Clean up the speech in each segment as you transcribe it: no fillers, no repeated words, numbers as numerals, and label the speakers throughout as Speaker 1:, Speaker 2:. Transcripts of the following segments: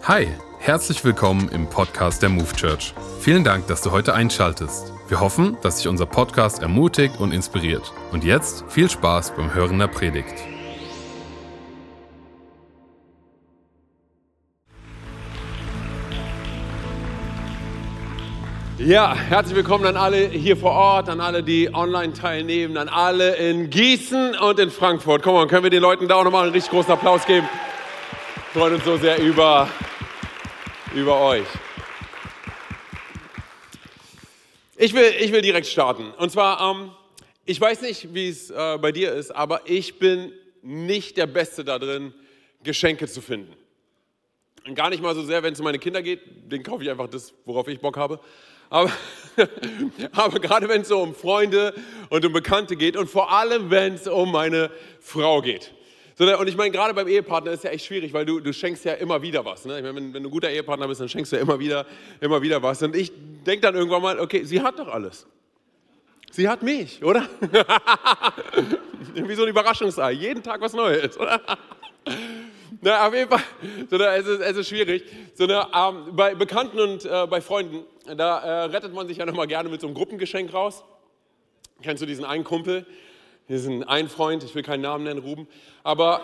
Speaker 1: Hi, herzlich willkommen im Podcast der Move Church. Vielen Dank, dass du heute einschaltest. Wir hoffen, dass dich unser Podcast ermutigt und inspiriert. Und jetzt viel Spaß beim Hören der Predigt.
Speaker 2: Ja, herzlich willkommen an alle hier vor Ort, an alle, die online teilnehmen, an alle in Gießen und in Frankfurt. Komm mal, können wir den Leuten da auch nochmal einen richtig großen Applaus geben? Wir freuen uns so sehr über euch. Ich will direkt starten. Und zwar, ich weiß nicht, wie es bei dir ist, aber ich bin nicht der Beste da drin, Geschenke zu finden. Und gar nicht mal so sehr, wenn es um meine Kinder geht, denen kaufe ich einfach das, worauf ich Bock habe. Aber gerade wenn es so um Freunde und um Bekannte geht und vor allem, wenn es um meine Frau geht. Und ich meine, gerade beim Ehepartner ist es ja echt schwierig, weil du schenkst ja immer wieder was. Ne? Ich meine, wenn du ein guter Ehepartner bist, dann schenkst du ja immer wieder was. Und ich denke dann irgendwann mal, okay, sie hat doch alles. Sie hat mich, oder? Wie so ein Überraschungsei, jeden Tag was Neues, oder? Na, auf jeden Fall, es ist schwierig. Bei Bekannten und bei Freunden, da rettet man sich ja nochmal gerne mit so einem Gruppengeschenk raus. Kennst du diesen einen Kumpel, diesen einen Freund, ich will keinen Namen nennen, Ruben, aber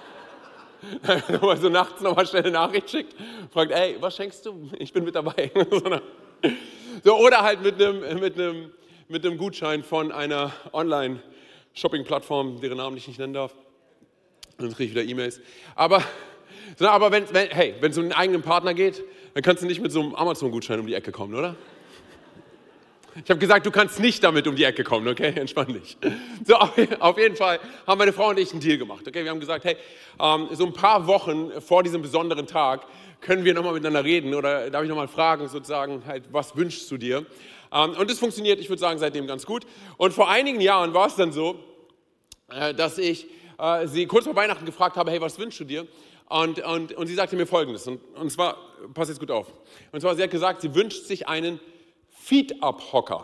Speaker 2: so nachts nochmal schnell eine Nachricht schickt, fragt, ey, was schenkst du? Ich bin mit dabei. Oder halt mit einem Gutschein von einer Online-Shopping-Plattform, deren Namen ich nicht nennen darf. Dann kriege ich wieder E-Mails. Aber wenn es um einen eigenen Partner geht, dann kannst du nicht mit so einem Amazon-Gutschein um die Ecke kommen, oder? Ich habe gesagt, du kannst nicht damit um die Ecke kommen, okay? Entspann dich. So, auf jeden Fall haben meine Frau und ich einen Deal gemacht, okay? Wir haben gesagt, hey, so ein paar Wochen vor diesem besonderen Tag können wir nochmal miteinander reden oder darf ich nochmal fragen, sozusagen, halt, was wünschst du dir? Und das funktioniert, ich würde sagen, seitdem ganz gut. Und vor einigen Jahren war es dann so, dass ich sie kurz vor Weihnachten gefragt habe, hey, was wünschst du dir? Und sie sagte mir Folgendes, und zwar, pass jetzt gut auf, und zwar, sie hat gesagt, sie wünscht sich einen Feet-Up-Hocker.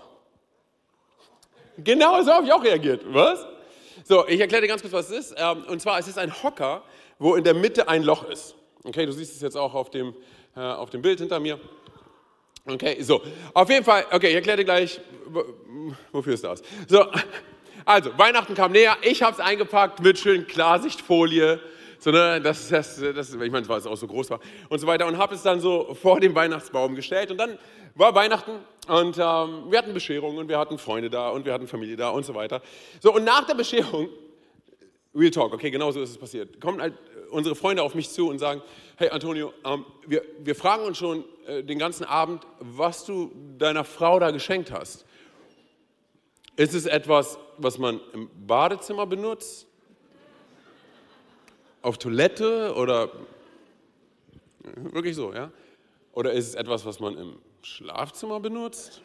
Speaker 2: Genau so habe ich auch reagiert. Was? So, ich erkläre dir ganz kurz, was es ist. Und zwar, es ist ein Hocker, wo in der Mitte ein Loch ist. Okay, du siehst es jetzt auch auf dem Bild hinter mir. Okay, so, auf jeden Fall, okay, ich erkläre dir gleich, wofür ist das? So, also, Weihnachten kam näher, ich habe es eingepackt mit schön Klarsichtfolie, so, ne, das, ich meine, weil es auch so groß war und so weiter und habe es dann so vor dem Weihnachtsbaum gestellt und dann war Weihnachten und wir hatten Bescherung und wir hatten Freunde da und wir hatten Familie da und so weiter. So, und nach der Bescherung, Real Talk, okay, genau so ist es passiert, kommen halt unsere Freunde auf mich zu und sagen, hey Antonio, wir fragen uns schon den ganzen Abend, was du deiner Frau da geschenkt hast. Ist es etwas, was man im Badezimmer benutzt? Auf Toilette oder wirklich so, ja? Oder ist es etwas, was man im Schlafzimmer benutzt?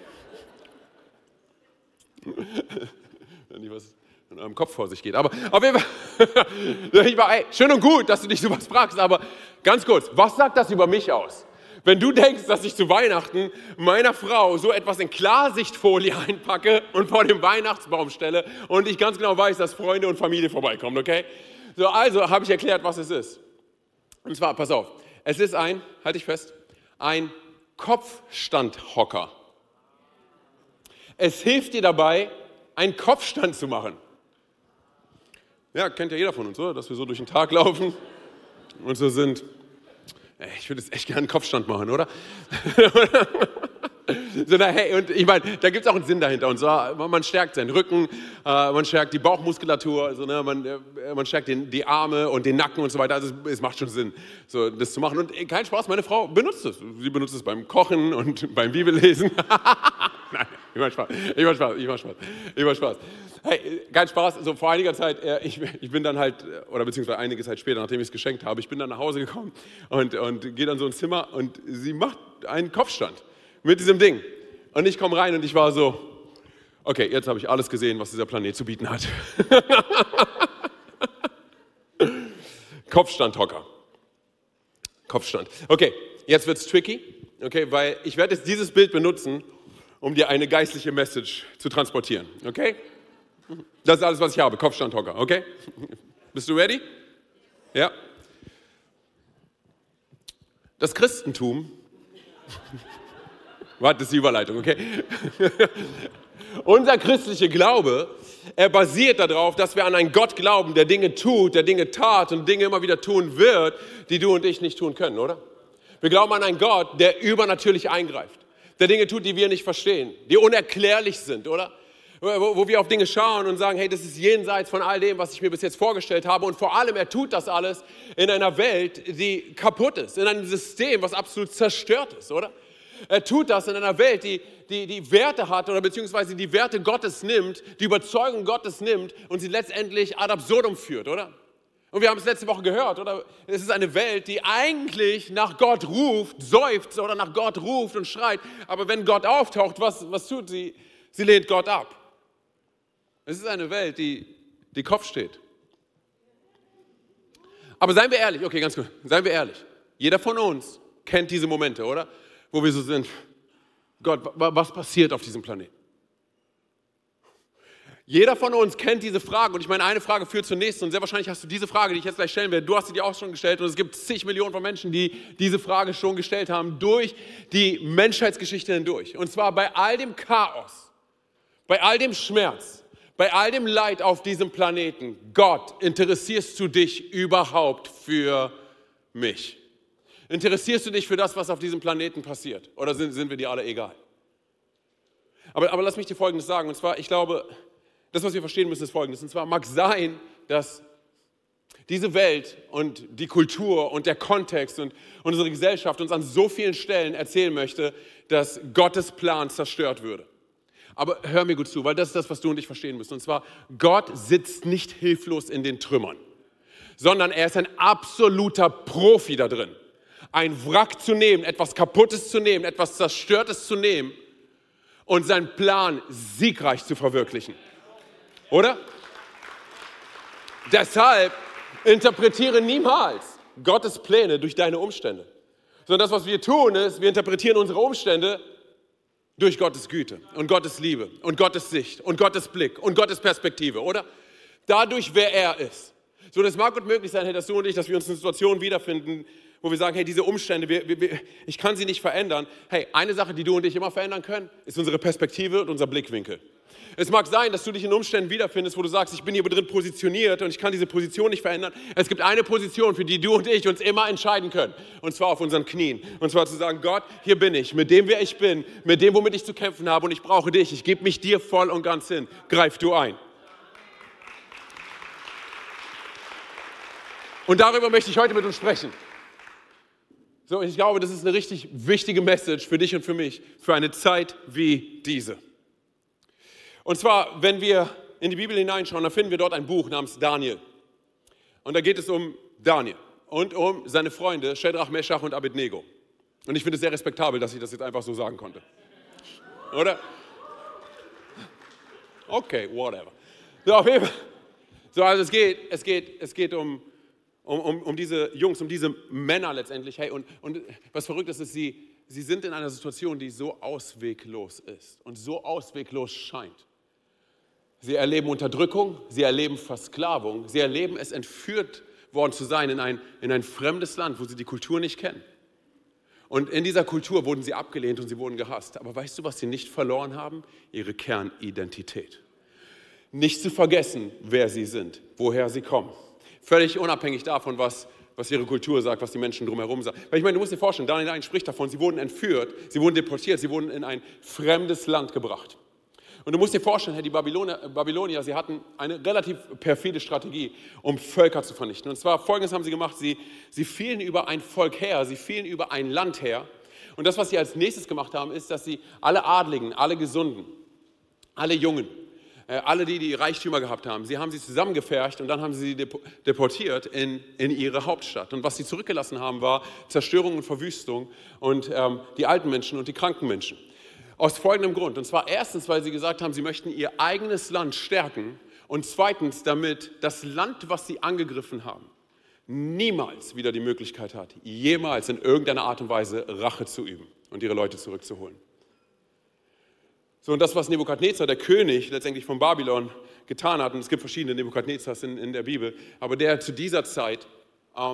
Speaker 2: Wenn nicht was in eurem Kopf vor sich geht. Aber auf jeden Fall, ey, schön und gut, dass du dich sowas fragst, aber ganz kurz, was sagt das über mich aus? Wenn du denkst, dass ich zu Weihnachten meiner Frau so etwas in Klarsichtfolie einpacke und vor dem Weihnachtsbaum stelle und ich ganz genau weiß, dass Freunde und Familie vorbeikommen, okay? So, also habe ich erklärt, was es ist. Und zwar, pass auf, es ist halte ich fest, ein Kopfstandhocker. Es hilft dir dabei, einen Kopfstand zu machen. Ja, kennt ja jeder von uns, oder? Dass wir so durch den Tag laufen und so sind. Ich würde jetzt echt gerne einen Kopfstand machen, oder? Und ich meine, da gibt es auch einen Sinn dahinter. Und so, man stärkt seinen Rücken, man stärkt die Bauchmuskulatur, also, ne, man stärkt die Arme und den Nacken und so weiter. Also es macht schon Sinn, so, das zu machen. Und kein Spaß, meine Frau benutzt es. Sie benutzt es beim Kochen und beim Bibellesen. Nein, ich mach Spaß. Hey, kein Spaß, so vor einiger Zeit, ich bin dann halt, oder beziehungsweise einige Zeit später, nachdem ich es geschenkt habe, ich bin dann nach Hause gekommen und gehe dann so ins Zimmer und sie macht einen Kopfstand mit diesem Ding. Und ich komme rein und ich war so, okay, jetzt habe ich alles gesehen, was dieser Planet zu bieten hat. Kopfstandhocker. Kopfstand. Okay, jetzt wird's tricky, okay, weil ich werde jetzt dieses Bild benutzen, um dir eine geistliche Message zu transportieren, okay? Das ist alles, was ich habe, Kopfstandhocker, okay? Bist du ready? Ja? Das Christentum, warte, das ist die Überleitung, okay? Unser christlicher Glaube, er basiert darauf, dass wir an einen Gott glauben, der Dinge tut, der Dinge tat und Dinge immer wieder tun wird, die du und ich nicht tun können, oder? Wir glauben an einen Gott, der übernatürlich eingreift, der Dinge tut, die wir nicht verstehen, die unerklärlich sind, oder? Wo wir auf Dinge schauen und sagen, hey, das ist jenseits von all dem, was ich mir bis jetzt vorgestellt habe. Und vor allem, er tut das alles in einer Welt, die kaputt ist, in einem System, was absolut zerstört ist, oder? Er tut das in einer Welt, die Werte hat oder beziehungsweise die Werte Gottes nimmt, die Überzeugung Gottes nimmt und sie letztendlich ad absurdum führt, oder? Und wir haben es letzte Woche gehört, oder? Es ist eine Welt, die eigentlich nach Gott ruft, seufzt oder nach Gott ruft und schreit. Aber wenn Gott auftaucht, was tut sie? Sie lehnt Gott ab. Es ist eine Welt, die Kopf steht. Aber seien wir ehrlich, okay, ganz gut, seien wir ehrlich. Jeder von uns kennt diese Momente, oder? Wo wir so sind, Gott, was passiert auf diesem Planeten? Jeder von uns kennt diese Frage und ich meine, eine Frage führt zur nächsten und sehr wahrscheinlich hast du diese Frage, die ich jetzt gleich stellen werde, du hast sie dir auch schon gestellt und es gibt zig Millionen von Menschen, die diese Frage schon gestellt haben, durch die Menschheitsgeschichte hindurch. Und zwar bei all dem Chaos, bei all dem Schmerz, bei all dem Leid auf diesem Planeten, Gott, interessierst du dich überhaupt für mich? Interessierst du dich für das, was auf diesem Planeten passiert? Oder sind wir dir alle egal? Aber lass mich dir Folgendes sagen. Und zwar, ich glaube, das, was wir verstehen müssen, ist Folgendes. Und zwar mag sein, dass diese Welt und die Kultur und der Kontext und unsere Gesellschaft uns an so vielen Stellen erzählen möchte, dass Gottes Plan zerstört würde. Aber hör mir gut zu, weil das ist das, was du und ich verstehen müssen. Und zwar, Gott sitzt nicht hilflos in den Trümmern, sondern er ist ein absoluter Profi da drin. Ein Wrack zu nehmen, etwas Kaputtes zu nehmen, etwas Zerstörtes zu nehmen und seinen Plan siegreich zu verwirklichen. Oder? Deshalb interpretiere niemals Gottes Pläne durch deine Umstände. Sondern das, was wir tun, ist, wir interpretieren unsere Umstände durch Gottes Güte und Gottes Liebe und Gottes Sicht und Gottes Blick und Gottes Perspektive, oder? Dadurch, wer er ist. So, und es mag gut möglich sein, hey, dass du und ich, dass wir uns in Situationen wiederfinden, wo wir sagen, hey, diese Umstände, ich kann sie nicht verändern. Hey, eine Sache, die du und ich immer verändern können, ist unsere Perspektive und unser Blickwinkel. Es mag sein, dass du dich in Umständen wiederfindest, wo du sagst, ich bin hier drin positioniert und ich kann diese Position nicht verändern. Es gibt eine Position, für die du und ich uns immer entscheiden können. Und zwar auf unseren Knien. Und zwar zu sagen, Gott, hier bin ich, mit dem, wer ich bin, mit dem, womit ich zu kämpfen habe und ich brauche dich. Ich gebe mich dir voll und ganz hin. Greif du ein. Und darüber möchte ich heute mit uns sprechen. So, ich glaube, das ist eine richtig wichtige Message für dich und für mich, für eine Zeit wie diese. Und zwar, wenn wir in die Bibel hineinschauen, dann finden wir dort ein Buch namens Daniel. Und da geht es um Daniel und um seine Freunde Schedrach, Meschach und Abednego. Und ich finde es sehr respektabel, dass ich das jetzt einfach so sagen konnte. Oder? Okay, whatever. So, auf jeden Fall. So, also es geht um diese Jungs, um diese Männer letztendlich. Hey, und was verrückt ist, sie sind in einer Situation, die so ausweglos ist und so ausweglos scheint. Sie erleben Unterdrückung, sie erleben Versklavung, sie erleben es, entführt worden zu sein in ein fremdes Land, wo sie die Kultur nicht kennen. Und in dieser Kultur wurden sie abgelehnt und sie wurden gehasst. Aber weißt du, was sie nicht verloren haben? Ihre Kernidentität. Nicht zu vergessen, wer sie sind, woher sie kommen. Völlig unabhängig davon, was ihre Kultur sagt, was die Menschen drumherum sagen. Weil ich meine, du musst dir vorstellen, Daniel 1 spricht davon, sie wurden entführt, sie wurden deportiert, sie wurden in ein fremdes Land gebracht. Und du musst dir vorstellen, hey, die Babylonier, sie hatten eine relativ perfide Strategie, um Völker zu vernichten. Und zwar Folgendes haben sie gemacht, sie fielen über ein Volk her, sie fielen über ein Land her. Und das, was sie als nächstes gemacht haben, ist, dass sie alle Adligen, alle Gesunden, alle Jungen, alle die Reichtümer gehabt haben, sie haben sie zusammengefercht und dann haben sie deportiert in ihre Hauptstadt. Und was sie zurückgelassen haben, war Zerstörung und Verwüstung und die alten Menschen und die kranken Menschen. Aus folgendem Grund, und zwar erstens, weil sie gesagt haben, sie möchten ihr eigenes Land stärken und zweitens, damit das Land, was sie angegriffen haben, niemals wieder die Möglichkeit hat, jemals in irgendeiner Art und Weise Rache zu üben und ihre Leute zurückzuholen. So, und das, was Nebukadnezar, der König letztendlich von Babylon, getan hat, und es gibt verschiedene Nebukadnezars in der Bibel, aber der zu dieser Zeit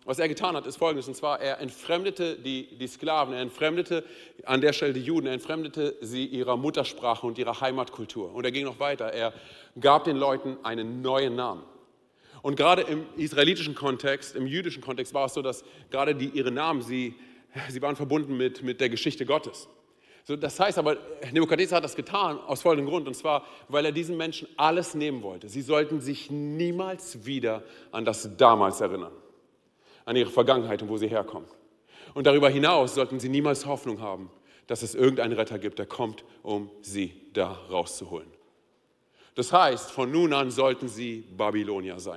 Speaker 2: Was er getan hat, ist Folgendes, und zwar, er entfremdete die Sklaven, er entfremdete an der Stelle die Juden, er entfremdete sie ihrer Muttersprache und ihrer Heimatkultur. Und er ging noch weiter, er gab den Leuten einen neuen Namen. Und gerade im israelitischen Kontext, im jüdischen Kontext war es so, dass gerade ihre Namen, sie waren verbunden mit der Geschichte Gottes. So, das heißt aber, Nebukadnezar hat das getan aus folgendem Grund, und zwar, weil er diesen Menschen alles nehmen wollte. Sie sollten sich niemals wieder an das Damals erinnern, an ihre Vergangenheit und wo sie herkommen. Und darüber hinaus sollten sie niemals Hoffnung haben, dass es irgendeinen Retter gibt, der kommt, um sie da rauszuholen. Das heißt, von nun an sollten sie Babylonier sein.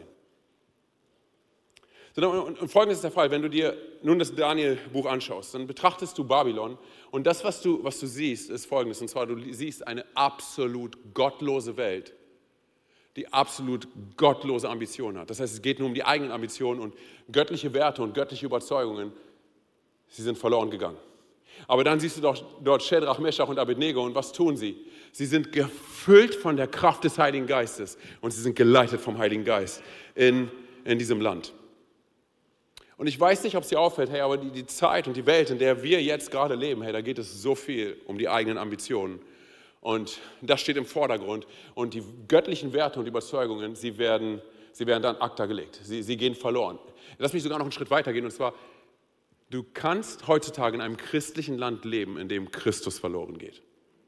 Speaker 2: Und Folgendes ist der Fall, wenn du dir nun das Daniel-Buch anschaust, dann betrachtest du Babylon und das, was du siehst, ist Folgendes, und zwar du siehst eine absolut gottlose Welt, die absolut gottlose Ambitionen hat. Das heißt, es geht nur um die eigenen Ambitionen und göttliche Werte und göttliche Überzeugungen, sie sind verloren gegangen. Aber dann siehst du doch dort Schedrach, Meschach und Abednego und was tun sie? Sie sind gefüllt von der Kraft des Heiligen Geistes und sie sind geleitet vom Heiligen Geist in diesem Land. Und ich weiß nicht, ob es dir auffällt, hey, aber die Zeit und die Welt, in der wir jetzt gerade leben, hey, da geht es so viel um die eigenen Ambitionen. Und das steht im Vordergrund. Und die göttlichen Werte und Überzeugungen, sie werden dann acta gelegt. Sie gehen verloren. Lass mich sogar noch einen Schritt weiter gehen. Und zwar, du kannst heutzutage in einem christlichen Land leben, in dem Christus verloren geht.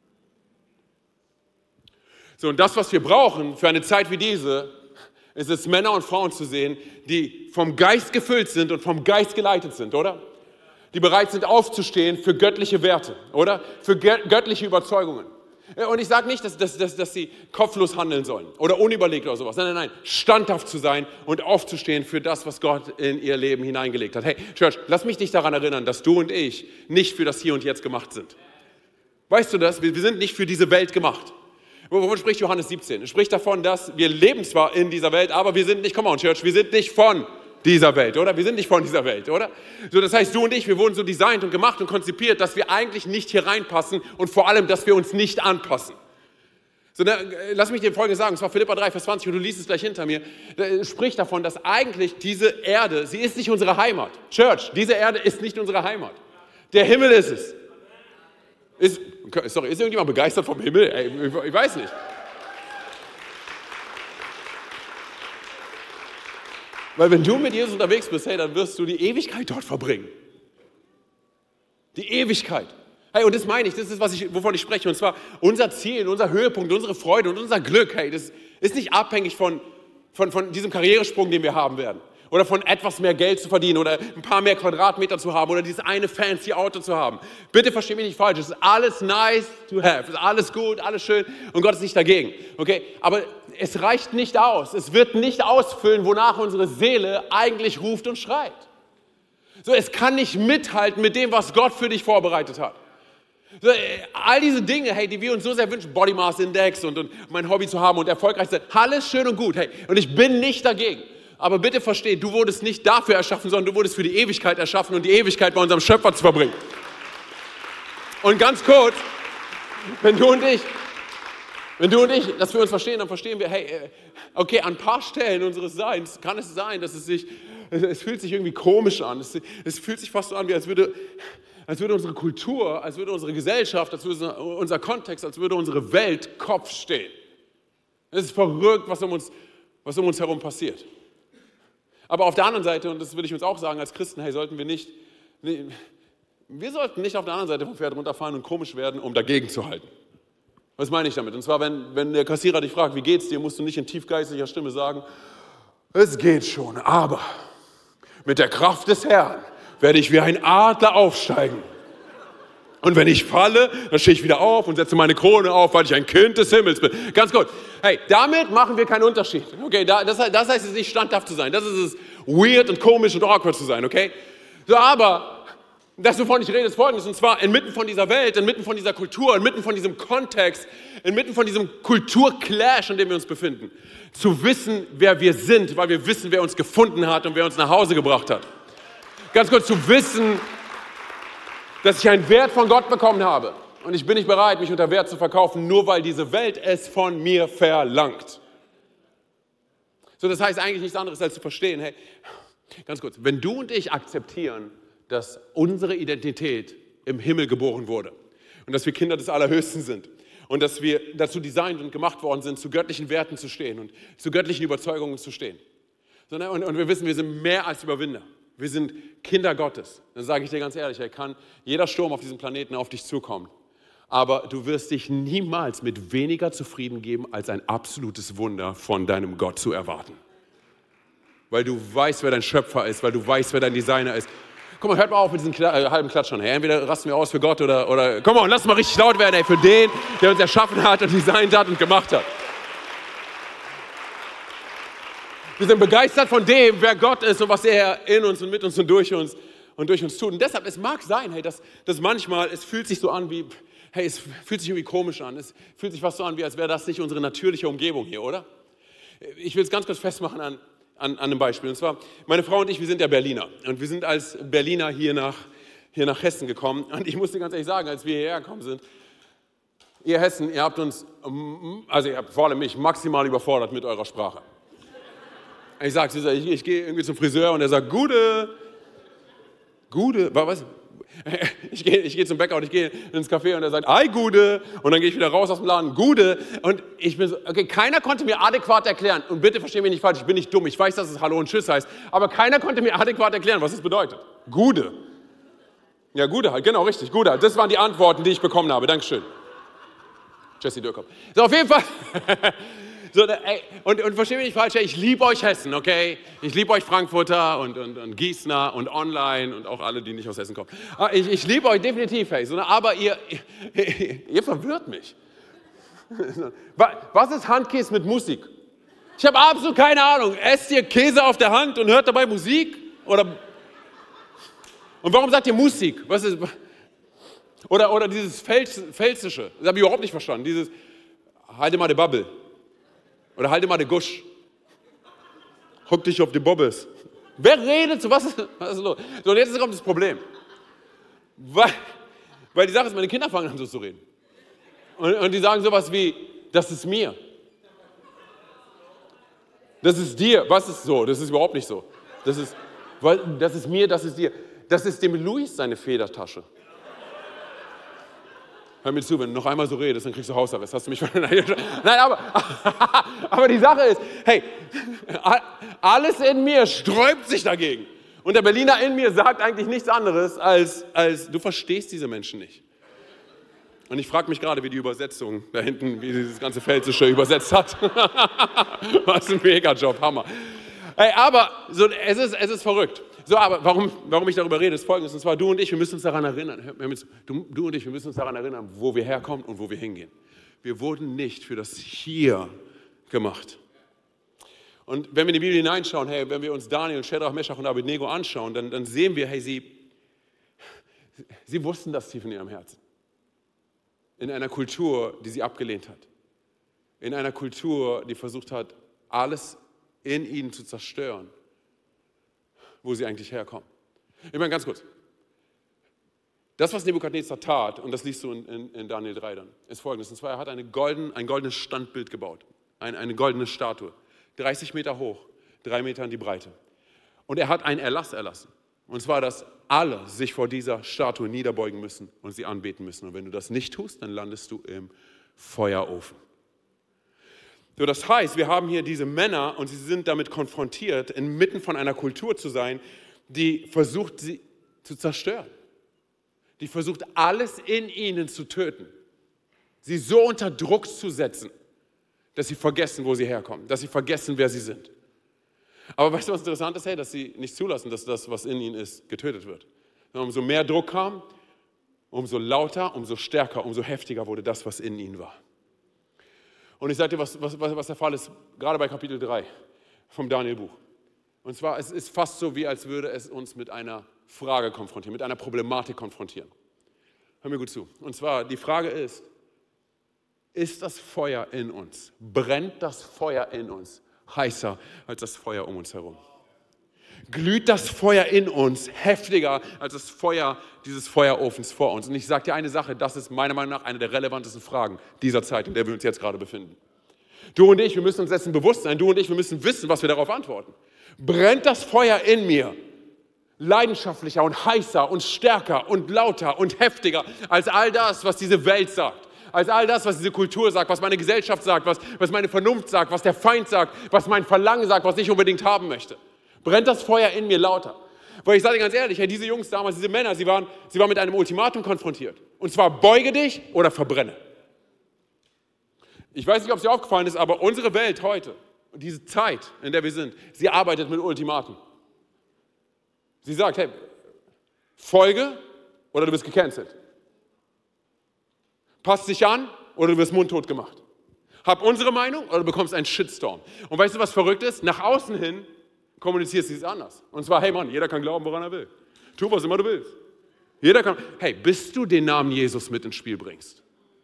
Speaker 2: So, und das, was wir brauchen für eine Zeit wie diese, ist es, Männer und Frauen zu sehen, die vom Geist gefüllt sind und vom Geist geleitet sind, oder? Die bereit sind aufzustehen für göttliche Werte, oder? Für göttliche Überzeugungen. Und ich sage nicht, dass sie kopflos handeln sollen oder unüberlegt oder sowas. Nein, standhaft zu sein und aufzustehen für das, was Gott in ihr Leben hineingelegt hat. Hey, Church, lass mich dich daran erinnern, dass du und ich nicht für das Hier und Jetzt gemacht sind. Weißt du das? Wir sind nicht für diese Welt gemacht. Wovon spricht Johannes 17? Er spricht davon, dass wir leben zwar in dieser Welt, aber wir sind nicht, come on Church, wir sind nicht von dieser Welt, oder? Wir sind nicht von dieser Welt, oder? So, das heißt, du und ich, wir wurden so designt und gemacht und konzipiert, dass wir eigentlich nicht hier reinpassen und vor allem, dass wir uns nicht anpassen. So, lass mich dir Folgendes sagen, und zwar Philipper 3, Vers 20, und du liest es gleich hinter mir, spricht davon, dass eigentlich diese Erde, sie ist nicht unsere Heimat. Church, diese Erde ist nicht unsere Heimat. Der Himmel ist es. Ist irgendjemand begeistert vom Himmel? Ey, ich weiß nicht. Weil wenn du mit Jesus unterwegs bist, hey, dann wirst du die Ewigkeit dort verbringen. Die Ewigkeit. Hey, und das meine ich, das ist, wovon ich spreche. Und zwar unser Ziel, unser Höhepunkt, unsere Freude und unser Glück, hey, das ist nicht abhängig von diesem Karrieresprung, den wir haben werden. Oder von etwas mehr Geld zu verdienen oder ein paar mehr Quadratmeter zu haben oder dieses eine fancy Auto zu haben. Bitte versteh mich nicht falsch, es ist alles nice to have, es ist alles gut, alles schön und Gott ist nicht dagegen. Okay? Aber es reicht nicht aus, es wird nicht ausfüllen, wonach unsere Seele eigentlich ruft und schreit. So, es kann nicht mithalten mit dem, was Gott für dich vorbereitet hat. So, all diese Dinge, hey, die wir uns so sehr wünschen, Body Mass Index und mein Hobby zu haben und erfolgreich sein, alles schön und gut, hey, und ich bin nicht dagegen. Aber bitte versteh, du wurdest nicht dafür erschaffen, sondern du wurdest für die Ewigkeit erschaffen und die Ewigkeit bei unserem Schöpfer zu verbringen. Und ganz kurz, wenn du und ich, dass wir uns verstehen, dann verstehen wir, hey, okay, an ein paar Stellen unseres Seins kann es sein, dass es fühlt sich irgendwie komisch an. Es fühlt sich fast so an, wie als würde unsere Kultur, als würde unsere Gesellschaft, als würde unser Kontext, als würde unsere Welt Kopf stehen. Es ist verrückt, was um uns herum passiert. Aber auf der anderen Seite, und das will ich uns auch sagen als Christen, hey, wir sollten nicht auf der anderen Seite vom Pferd runterfahren und komisch werden, um dagegen zu halten. Was meine ich damit? Und zwar, wenn der Kassierer dich fragt, wie geht's dir, musst du nicht in tiefgeistlicher Stimme sagen, es geht schon, aber mit der Kraft des Herrn werde ich wie ein Adler aufsteigen. Und wenn ich falle, dann stehe ich wieder auf und setze meine Krone auf, weil ich ein Kind des Himmels bin. Ganz gut. Hey, damit machen wir keinen Unterschied. Okay, das heißt es nicht standhaft zu sein. Das ist es, weird und komisch und awkward zu sein, okay? So, aber das, wovon ich rede, ist Folgendes. Und zwar inmitten von dieser Welt, inmitten von dieser Kultur, inmitten von diesem Kontext, inmitten von diesem Kulturclash, in dem wir uns befinden, zu wissen, wer wir sind, weil wir wissen, wer uns gefunden hat und wer uns nach Hause gebracht hat. Ganz kurz, zu wissen, dass ich einen Wert von Gott bekommen habe. Und ich bin nicht bereit, mich unter Wert zu verkaufen, nur weil diese Welt es von mir verlangt. So, das heißt eigentlich nichts anderes, als zu verstehen, hey, Ganz kurz, wenn du und ich akzeptieren, dass unsere Identität im Himmel geboren wurde und dass wir Kinder des Allerhöchsten sind und dass wir dazu designt und gemacht worden sind, zu göttlichen Werten zu stehen und zu göttlichen Überzeugungen zu stehen. Und wir wissen, wir sind mehr als Überwinder. Wir sind Kinder Gottes. Dann sage ich dir ganz ehrlich, kann jeder Sturm auf diesem Planeten auf dich zukommen. Aber du wirst dich niemals mit weniger zufrieden geben, als ein absolutes Wunder von deinem Gott zu erwarten. Weil du weißt, wer dein Schöpfer ist, weil du weißt, wer dein Designer ist. Guck mal, hört mal auf mit diesen halben Klatschern. Hey, entweder rasten wir aus für Gott oder komm mal, lass mal richtig laut werden, für den, der uns erschaffen hat und designt hat und gemacht hat. Wir sind begeistert von dem, wer Gott ist und was er in uns und mit uns und durch uns tut. Und deshalb, es mag sein, hey, dass manchmal, es fühlt sich so an wie, hey, es fühlt sich irgendwie komisch an. Es fühlt sich fast so an, wie als wäre das nicht unsere natürliche Umgebung hier, oder? Ich will es ganz kurz festmachen an einem Beispiel. Und zwar, meine Frau und ich, wir sind ja Berliner. Und wir sind als Berliner hier nach Hessen gekommen. Und ich muss dir ganz ehrlich sagen, als wir hierher gekommen sind, ihr Hessen, ihr habt uns, also ihr habt vor allem mich, maximal überfordert mit eurer Sprache. Ich sage, ich gehe irgendwie zum Friseur und er sagt, Gude, was? Ich gehe zum Bäcker und ich gehe ins Café und er sagt, ei Gude, und dann gehe ich wieder raus aus dem Laden, Gude, und ich bin so, okay, keiner konnte mir adäquat erklären, und bitte versteh mich nicht falsch, ich bin nicht dumm, ich weiß, dass es Hallo und Tschüss heißt, aber keiner konnte mir adäquat erklären, was es bedeutet. Gude. Ja, Gude halt, genau, richtig, Gude halt. Das waren die Antworten, die ich bekommen habe, Dankeschön. Jesse Dürkop. So, auf jeden Fall. So, und versteht mich nicht falsch, ich liebe euch Hessen, okay? Ich liebe euch Frankfurter und Gießener und online und auch alle, die nicht aus Hessen kommen. Ich liebe euch definitiv, hey. Aber ihr verwirrt mich. Was ist Handkäse mit Musik? Ich habe absolut keine Ahnung. Esst ihr Käse auf der Hand und hört dabei Musik? Und warum sagt ihr Musik? Was ist... Oder dieses Pfälzische, das habe ich überhaupt nicht verstanden. Dieses, halte mal die Bubble. Oder halte mal den Gusch. Hock dich auf die Bobbes. Wer redet so? Was ist los? So, und jetzt kommt das Problem. Weil die Sache ist, meine Kinder fangen an so zu reden. Und die sagen sowas wie, das ist mir. Das ist dir. Was ist so? Das ist überhaupt nicht so. Das ist mir, das ist dir. Das ist dem Luis seine Federtasche. Hör mir zu, wenn du noch einmal so redest, dann kriegst du Hausarrest. Hast du mich Nein, aber die Sache ist, hey, alles in mir sträubt sich dagegen. Und der Berliner in mir sagt eigentlich nichts anderes als du verstehst diese Menschen nicht. Und ich frage mich gerade, wie die Übersetzung da hinten, wie dieses ganze Pfälzische übersetzt hat. Was ein Mega-Job, Hammer. Hey, aber so, es ist verrückt. So, aber warum ich darüber rede, ist Folgendes. Und zwar du und ich, wir müssen uns daran erinnern. Du und ich, wir müssen uns daran erinnern, wo wir herkommen und wo wir hingehen. Wir wurden nicht für das Hier gemacht. Und wenn wir in die Bibel hineinschauen, hey, wenn wir uns Daniel, Schedrach, Meschach und Abednego anschauen, dann sehen wir, hey, sie wussten das tief in ihrem Herzen. In einer Kultur, die sie abgelehnt hat. In einer Kultur, die versucht hat, alles in ihnen zu zerstören, wo sie eigentlich herkommen. Ich meine, ganz kurz. Das, was Nebukadnezar tat, und das liest du in Daniel 3 dann, ist Folgendes. Und zwar, er hat ein goldenes Standbild gebaut. Eine goldene Statue. 30 Meter hoch, 3 Meter in die Breite. Und er hat einen Erlass erlassen. Und zwar, dass alle sich vor dieser Statue niederbeugen müssen und sie anbeten müssen. Und wenn du das nicht tust, dann landest du im Feuerofen. So, das heißt, wir haben hier diese Männer und sie sind damit konfrontiert, inmitten von einer Kultur zu sein, die versucht, sie zu zerstören. Die versucht, alles in ihnen zu töten. Sie so unter Druck zu setzen, dass sie vergessen, wo sie herkommen, dass sie vergessen, wer sie sind. Aber weißt du, was interessant ist? Hey, dass sie nicht zulassen, dass das, was in ihnen ist, getötet wird. Und umso mehr Druck kam, umso lauter, umso stärker, umso heftiger wurde das, was in ihnen war. Und ich sage dir, was der Fall ist, gerade bei Kapitel 3 vom Daniel-Buch. Und zwar, es ist fast so, wie als würde es uns mit einer Frage konfrontieren, mit einer Problematik konfrontieren. Hör mir gut zu. Und zwar, die Frage ist das Feuer in uns, brennt das Feuer in uns heißer als das Feuer um uns herum? Glüht das Feuer in uns heftiger als das Feuer dieses Feuerofens vor uns? Und ich sage dir eine Sache, das ist meiner Meinung nach eine der relevantesten Fragen dieser Zeit, in der wir uns jetzt gerade befinden. Du und ich, wir müssen uns dessen bewusst sein. Du und ich, wir müssen wissen, was wir darauf antworten. brennt das Feuer in mir leidenschaftlicher und heißer und stärker und lauter und heftiger als all das, was diese Welt sagt, als all das, was diese Kultur sagt, was meine Gesellschaft sagt, was meine Vernunft sagt, was der Feind sagt, was mein Verlangen sagt, was ich unbedingt haben möchte. Brennt das Feuer in mir lauter. Weil ich sage dir ganz ehrlich, hey, diese Jungs damals, diese Männer, sie waren mit einem Ultimatum konfrontiert. Und zwar beuge dich oder verbrenne. Ich weiß nicht, ob es dir aufgefallen ist, aber unsere Welt heute und diese Zeit, in der wir sind, sie arbeitet mit Ultimaten. Sie sagt, hey, folge oder du bist gecancelt. Passt dich an oder du wirst mundtot gemacht. Hab unsere Meinung oder du bekommst einen Shitstorm. Und weißt du, was verrückt ist? Nach außen hin kommunizierst du es anders. Und zwar, hey Mann, jeder kann glauben, woran er will. Tu, was immer du willst. Jeder kann, hey, bis du den Namen Jesus mit ins Spiel bringst.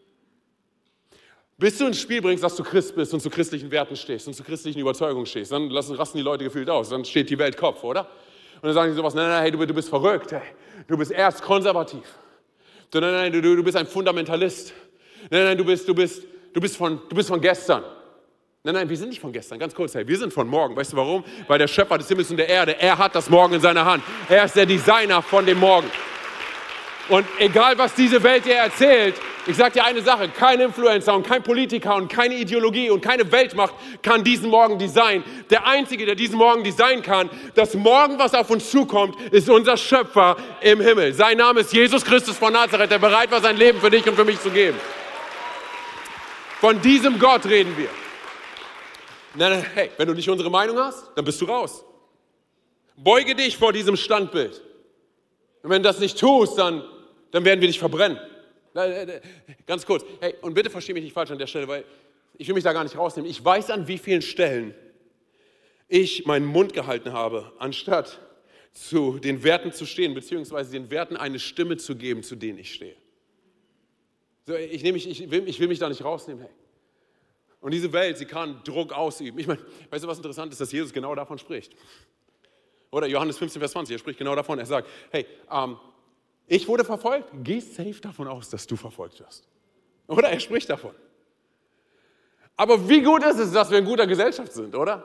Speaker 2: Bis du ins Spiel bringst, dass du Christ bist und zu christlichen Werten stehst und zu christlichen Überzeugungen stehst, dann rasten die Leute gefühlt aus, dann steht die Welt Kopf, oder? Und dann sagen sie sowas, nein, hey, du bist verrückt, hey, du bist erst konservativ. Nein, du bist ein Fundamentalist. Nein, du bist von gestern. Nein, wir sind nicht von gestern, ganz kurz, hey, wir sind von morgen. Weißt du warum? Weil der Schöpfer des Himmels und der Erde, er hat das Morgen in seiner Hand. Er ist der Designer von dem Morgen. Und egal, was diese Welt dir erzählt, ich sage dir eine Sache, kein Influencer und kein Politiker und keine Ideologie und keine Weltmacht kann diesen Morgen designen. Der Einzige, der diesen Morgen designen kann, das Morgen, was auf uns zukommt, ist unser Schöpfer im Himmel. Sein Name ist Jesus Christus von Nazareth, der bereit war, sein Leben für dich und für mich zu geben. Von diesem Gott reden wir. Nein, hey, wenn du nicht unsere Meinung hast, dann bist du raus. Beuge dich vor diesem Standbild. Und wenn du das nicht tust, dann werden wir dich verbrennen. Ganz kurz, hey, und bitte versteh mich nicht falsch an der Stelle, weil ich will mich da gar nicht rausnehmen. Ich weiß, an wie vielen Stellen ich meinen Mund gehalten habe, anstatt zu den Werten zu stehen, beziehungsweise den Werten eine Stimme zu geben, zu denen ich stehe. So, ich will mich da nicht rausnehmen, hey. Und diese Welt, sie kann Druck ausüben. Ich meine, weißt du, was interessant ist, dass Jesus genau davon spricht? Oder Johannes 15, Vers 20, er spricht genau davon. Er sagt, hey, ich wurde verfolgt, geh safe davon aus, dass du verfolgt wirst. Oder er spricht davon. Aber wie gut ist es, dass wir in guter Gesellschaft sind, oder?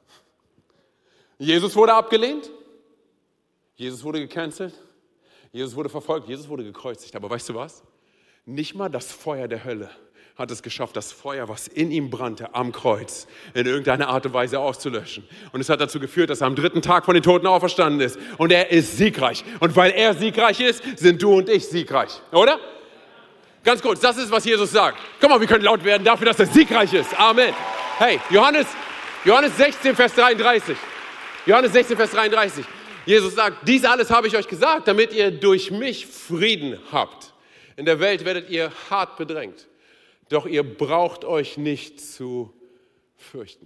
Speaker 2: Jesus wurde abgelehnt, Jesus wurde gecancelt, Jesus wurde verfolgt, Jesus wurde gekreuzigt. Aber weißt du was? Nicht mal das Feuer der Hölle hat es geschafft, das Feuer, was in ihm brannte, am Kreuz, in irgendeiner Art und Weise auszulöschen. Und es hat dazu geführt, dass er am 3. Tag von den Toten auferstanden ist. Und er ist siegreich. Und weil er siegreich ist, sind du und ich siegreich. Oder? Ganz kurz, das ist, was Jesus sagt. Komm mal, wir können laut werden dafür, dass er siegreich ist. Amen. Hey, Johannes 16, Vers 33. Johannes 16, Vers 33. Jesus sagt, dies alles habe ich euch gesagt, damit ihr durch mich Frieden habt. In der Welt werdet ihr hart bedrängt. Doch ihr braucht euch nicht zu fürchten.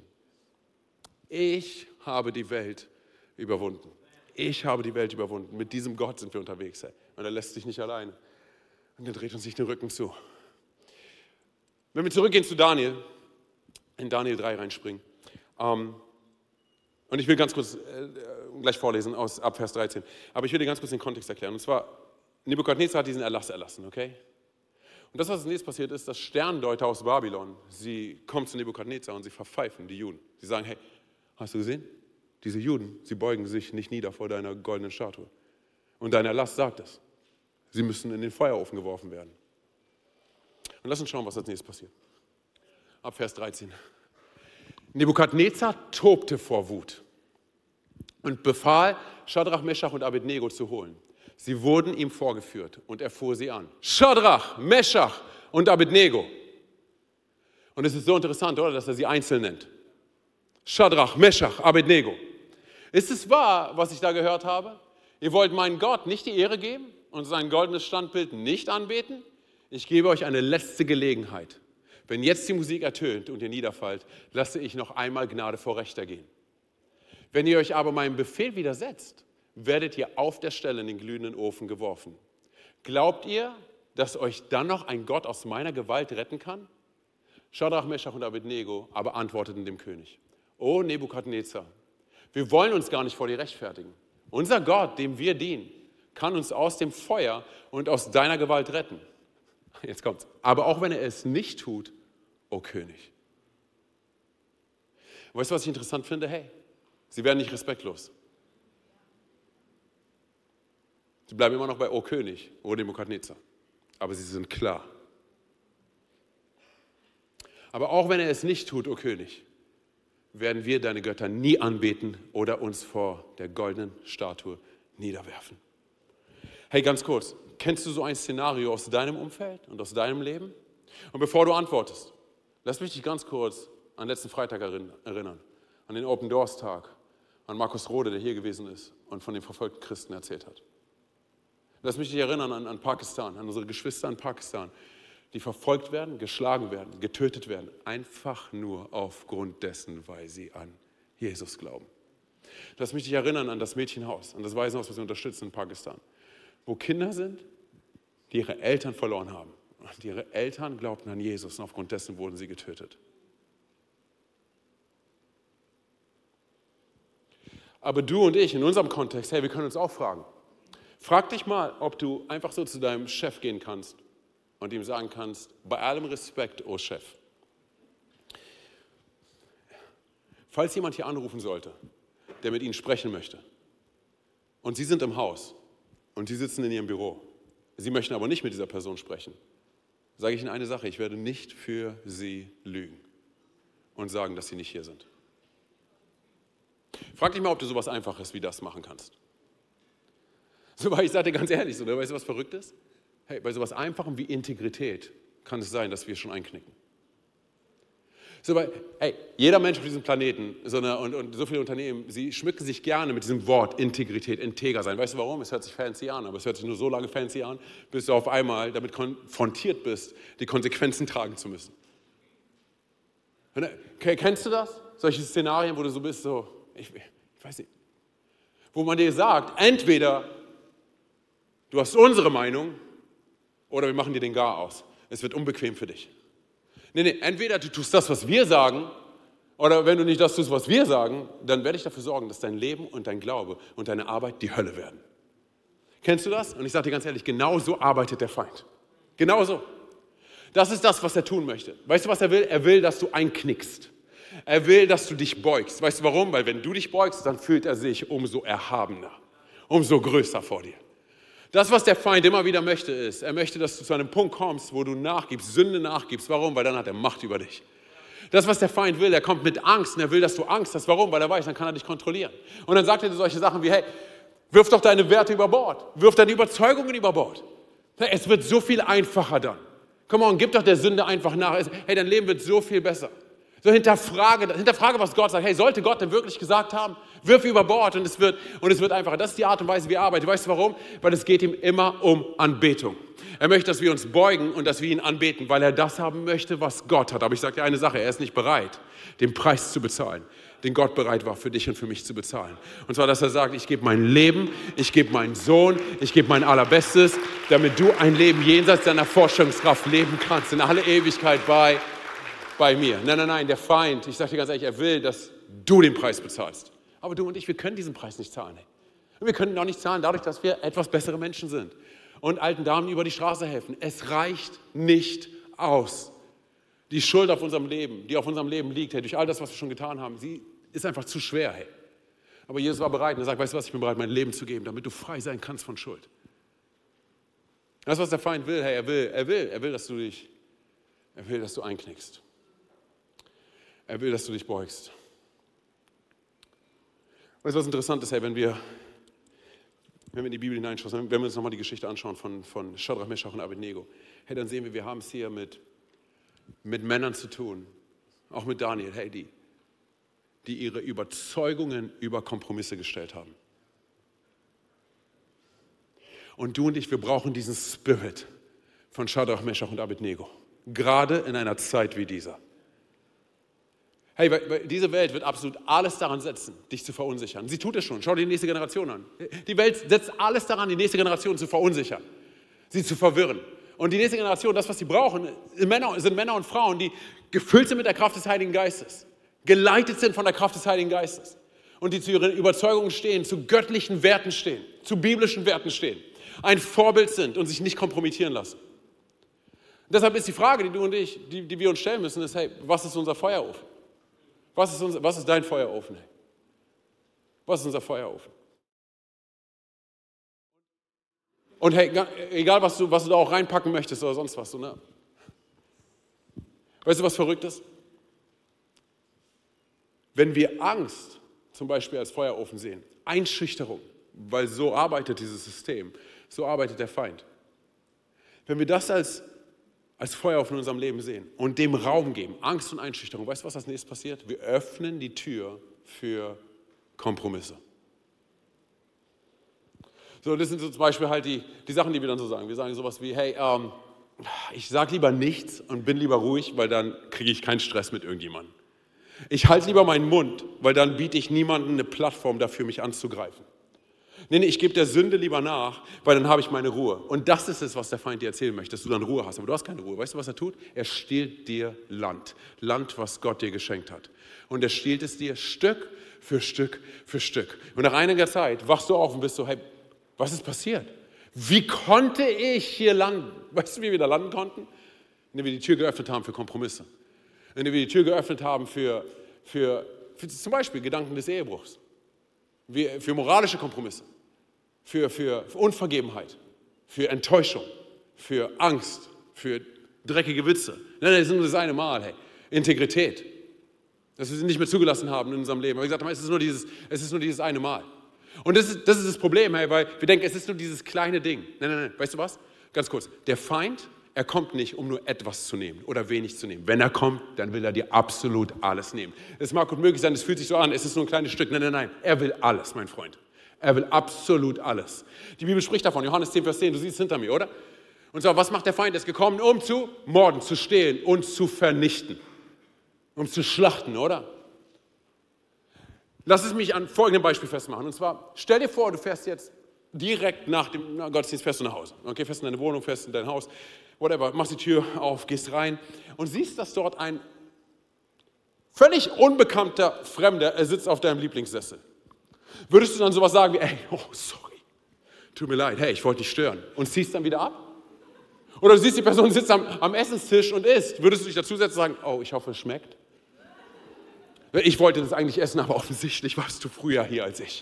Speaker 2: Ich habe die Welt überwunden. Ich habe die Welt überwunden. Mit diesem Gott sind wir unterwegs. Hey. Und er lässt sich nicht alleine. Und er dreht uns nicht den Rücken zu. Wenn wir zurückgehen zu Daniel, in Daniel 3 reinspringen. Und ich will ganz kurz gleich vorlesen ab Vers 13. Aber ich will dir ganz kurz den Kontext erklären. Und zwar, Nebukadnezar hat diesen Erlass erlassen, okay? Und das, was als nächstes passiert ist, dass Sterndeuter aus Babylon, sie kommen zu Nebukadnezar und sie verpfeifen die Juden. Sie sagen, hey, hast du gesehen? Diese Juden, sie beugen sich nicht nieder vor deiner goldenen Statue. Und dein Erlass sagt es. Sie müssen in den Feuerofen geworfen werden. Und lass uns schauen, was als nächstes passiert. Ab Vers 13. Nebukadnezar tobte vor Wut und befahl, Schadrach, Meschach und Abednego zu holen. Sie wurden ihm vorgeführt und er fuhr sie an. Schadrach, Meschach und Abednego. Und es ist so interessant, oder, dass er sie einzeln nennt. Schadrach, Meschach, Abednego. Ist es wahr, was ich da gehört habe? Ihr wollt meinen Gott nicht die Ehre geben und sein goldenes Standbild nicht anbeten? Ich gebe euch eine letzte Gelegenheit. Wenn jetzt die Musik ertönt und ihr niederfallt, lasse ich noch einmal Gnade vor Recht ergehen. Wenn ihr euch aber meinem Befehl widersetzt, werdet ihr auf der Stelle in den glühenden Ofen geworfen. Glaubt ihr, dass euch dann noch ein Gott aus meiner Gewalt retten kann? Schadrach, Meschach und Abednego aber antworteten dem König: O Nebukadnezar, wir wollen uns gar nicht vor dir rechtfertigen. Unser Gott, dem wir dienen, kann uns aus dem Feuer und aus deiner Gewalt retten. Jetzt kommt's. Aber auch wenn er es nicht tut, o König. Weißt du, was ich interessant finde? Hey, Sie werden nicht respektlos. Sie bleiben immer noch bei O König, O Nebukadnezar. Aber sie sind klar. Aber auch wenn er es nicht tut, O König, werden wir deine Götter nie anbeten oder uns vor der goldenen Statue niederwerfen. Hey, ganz kurz, kennst du so ein Szenario aus deinem Umfeld und aus deinem Leben? Und bevor du antwortest, lass mich dich ganz kurz an letzten Freitag erinnern, an den Open Doors Tag, an Markus Rode, der hier gewesen ist und von den verfolgten Christen erzählt hat. Lass mich dich erinnern an Pakistan, an unsere Geschwister in Pakistan, die verfolgt werden, geschlagen werden, getötet werden, einfach nur aufgrund dessen, weil sie an Jesus glauben. Lass mich dich erinnern an das Mädchenhaus, an das Waisenhaus, was wir unterstützen in Pakistan, wo Kinder sind, die ihre Eltern verloren haben. Und ihre Eltern glaubten an Jesus und aufgrund dessen wurden sie getötet. Aber du und ich in unserem Kontext, hey, wir können uns auch fragen. Frag dich mal, ob du einfach so zu deinem Chef gehen kannst und ihm sagen kannst, bei allem Respekt, oh Chef, falls jemand hier anrufen sollte, der mit Ihnen sprechen möchte und Sie sind im Haus und Sie sitzen in Ihrem Büro, Sie möchten aber nicht mit dieser Person sprechen, sage ich Ihnen eine Sache, ich werde nicht für Sie lügen und sagen, dass Sie nicht hier sind. Frag dich mal, ob du sowas Einfaches wie das machen kannst. So, weil ich sage dir ganz ehrlich, so, weißt du, was verrückt ist? Hey, bei sowas Einfachem wie Integrität kann es sein, dass wir schon einknicken. So, weil, hey, jeder Mensch auf diesem Planeten und so viele Unternehmen, sie schmücken sich gerne mit diesem Wort Integrität, integer sein. Weißt du warum? Es hört sich fancy an, aber es hört sich nur so lange fancy an, bis du auf einmal damit konfrontiert bist, die Konsequenzen tragen zu müssen. Okay, kennst du das? Solche Szenarien, wo du so bist, so, ich weiß nicht, wo man dir sagt, entweder du hast unsere Meinung oder wir machen dir den Gar aus. Es wird unbequem für dich. Nee, entweder du tust das, was wir sagen, oder wenn du nicht das tust, was wir sagen, dann werde ich dafür sorgen, dass dein Leben und dein Glaube und deine Arbeit die Hölle werden. Kennst du das? Und ich sage dir ganz ehrlich, genau so arbeitet der Feind. Genau so. Das ist das, was er tun möchte. Weißt du, was er will? Er will, dass du einknickst. Er will, dass du dich beugst. Weißt du warum? Weil wenn du dich beugst, dann fühlt er sich umso erhabener, umso größer vor dir. Das, was der Feind immer wieder möchte, ist, er möchte, dass du zu einem Punkt kommst, wo du nachgibst, Sünde nachgibst. Warum? Weil dann hat er Macht über dich. Das, was der Feind will, er kommt mit Angst und er will, dass du Angst hast. Warum? Weil er weiß, dann kann er dich kontrollieren. Und dann sagt er dir solche Sachen wie, hey, wirf doch deine Werte über Bord, wirf deine Überzeugungen über Bord. Es wird so viel einfacher dann. Komm on, gib doch der Sünde einfach nach. Hey, dein Leben wird so viel besser. So hinterfrage, was Gott sagt. Hey, sollte Gott denn wirklich gesagt haben? Wirf über Bord und es wird einfacher. Das ist die Art und Weise, wie er arbeitet. Weißt du warum? Weil es geht ihm immer um Anbetung. Er möchte, dass wir uns beugen und dass wir ihn anbeten, weil er das haben möchte, was Gott hat. Aber ich sage dir eine Sache, er ist nicht bereit, den Preis zu bezahlen, den Gott bereit war, für dich und für mich zu bezahlen. Und zwar, dass er sagt, ich gebe mein Leben, ich gebe meinen Sohn, ich gebe mein Allerbestes, damit du ein Leben jenseits deiner Vorstellungskraft leben kannst, in alle Ewigkeit bei mir. Nein, der Feind, ich sage dir ganz ehrlich, er will, dass du den Preis bezahlst. Aber du und ich, wir können diesen Preis nicht zahlen. Und wir können ihn auch nicht zahlen, dadurch, dass wir etwas bessere Menschen sind und alten Damen über die Straße helfen. Es reicht nicht aus. Die Schuld auf unserem Leben, die auf unserem Leben liegt, hey, durch all das, was wir schon getan haben, sie ist einfach zu schwer. Hey. Aber Jesus war bereit und er sagt, weißt du was, ich bin bereit, mein Leben zu geben, damit du frei sein kannst von Schuld. Das, was der Feind will, hey, er will, dass du einknickst. Er will, dass du dich beugst. Weißt du, was interessant ist, hey, wenn wir in die Bibel hineinschauen, wenn wir uns nochmal die Geschichte anschauen von Schadrach, Meschach und Abednego, hey, dann sehen wir haben es hier mit Männern zu tun, auch mit Daniel, hey, die ihre Überzeugungen über Kompromisse gestellt haben. Und du und ich, wir brauchen diesen Spirit von Schadrach, Meschach und Abednego, gerade in einer Zeit wie dieser. Hey, weil diese Welt wird absolut alles daran setzen, dich zu verunsichern. Sie tut es schon. Schau dir die nächste Generation an. Die Welt setzt alles daran, die nächste Generation zu verunsichern, sie zu verwirren. Und die nächste Generation, das, was sie brauchen, sind Männer und Frauen, die gefüllt sind mit der Kraft des Heiligen Geistes, geleitet sind von der Kraft des Heiligen Geistes und die zu ihren Überzeugungen stehen, zu göttlichen Werten stehen, zu biblischen Werten stehen, ein Vorbild sind und sich nicht kompromittieren lassen. Und deshalb ist die Frage, die du und ich, die wir uns stellen müssen, ist, hey, was ist unser Feuerofen? Was ist dein Feuerofen? Was ist unser Feuerofen? Und hey, egal was du da auch reinpacken möchtest oder sonst was, ne? Weißt du, was verrückt ist? Wenn wir Angst zum Beispiel als Feuerofen sehen, Einschüchterung, weil so arbeitet dieses System, so arbeitet der Feind. Wenn wir das als Feuerofen in unserem Leben sehen und dem Raum geben, Angst und Einschüchterung, weißt du, was als nächstes passiert? Wir öffnen die Tür für Kompromisse. So, das sind so zum Beispiel halt die Sachen, die wir dann so sagen. Wir sagen sowas wie, hey, ich sage lieber nichts und bin lieber ruhig, weil dann kriege ich keinen Stress mit irgendjemandem. Ich halte lieber meinen Mund, weil dann biete ich niemandem eine Plattform dafür, mich anzugreifen. Nee, ich gebe der Sünde lieber nach, weil dann habe ich meine Ruhe. Und das ist es, was der Feind dir erzählen möchte, dass du dann Ruhe hast. Aber du hast keine Ruhe. Weißt du, was er tut? Er stiehlt dir Land. Land, was Gott dir geschenkt hat. Und er stiehlt es dir Stück für Stück für Stück. Und nach einiger Zeit wachst du auf und bist so, hey, was ist passiert? Wie konnte ich hier landen? Weißt du, wie wir da landen konnten? Indem wir die Tür geöffnet haben für Kompromisse. Indem wir die Tür geöffnet haben für zum Beispiel Gedanken des Ehebruchs. Für moralische Kompromisse. Für Unvergebenheit. Für Enttäuschung. Für Angst. Für dreckige Witze. Nein, das ist nur das eine Mal. Hey. Integrität. Dass wir sie nicht mehr zugelassen haben in unserem Leben. Aber wie gesagt, es ist nur dieses eine Mal. Und das ist das Problem, hey, weil wir denken, es ist nur dieses kleine Ding. Nein. Weißt du was? Ganz kurz. Der Feind, er kommt nicht, um nur etwas zu nehmen oder wenig zu nehmen. Wenn er kommt, dann will er dir absolut alles nehmen. Es mag gut möglich sein, es fühlt sich so an, es ist nur ein kleines Stück. Nein. Er will alles, mein Freund. Er will absolut alles. Die Bibel spricht davon, Johannes 10, Vers 10, du siehst es hinter mir, oder? Und zwar, was macht der Feind? Er ist gekommen, um zu morden, zu stehlen und zu vernichten. Um zu schlachten, oder? Lass es mich an folgendem Beispiel festmachen. Und zwar, stell dir vor, du fährst jetzt direkt nach dem Gottesdienst fährst du nach Hause. Okay, fährst in deine Wohnung, fährst in dein Haus, whatever, machst die Tür auf, gehst rein und siehst, dass dort ein völlig unbekannter Fremder sitzt auf deinem Lieblingssessel. Würdest du dann sowas sagen wie, ey, oh, sorry, tut mir leid, hey, ich wollte dich stören und ziehst dann wieder ab? Oder du siehst, die Person sitzt am Essenstisch und isst. Würdest du dich dazusetzen und sagen, oh, ich hoffe, es schmeckt? Ich wollte das eigentlich essen, aber offensichtlich warst du früher hier als ich.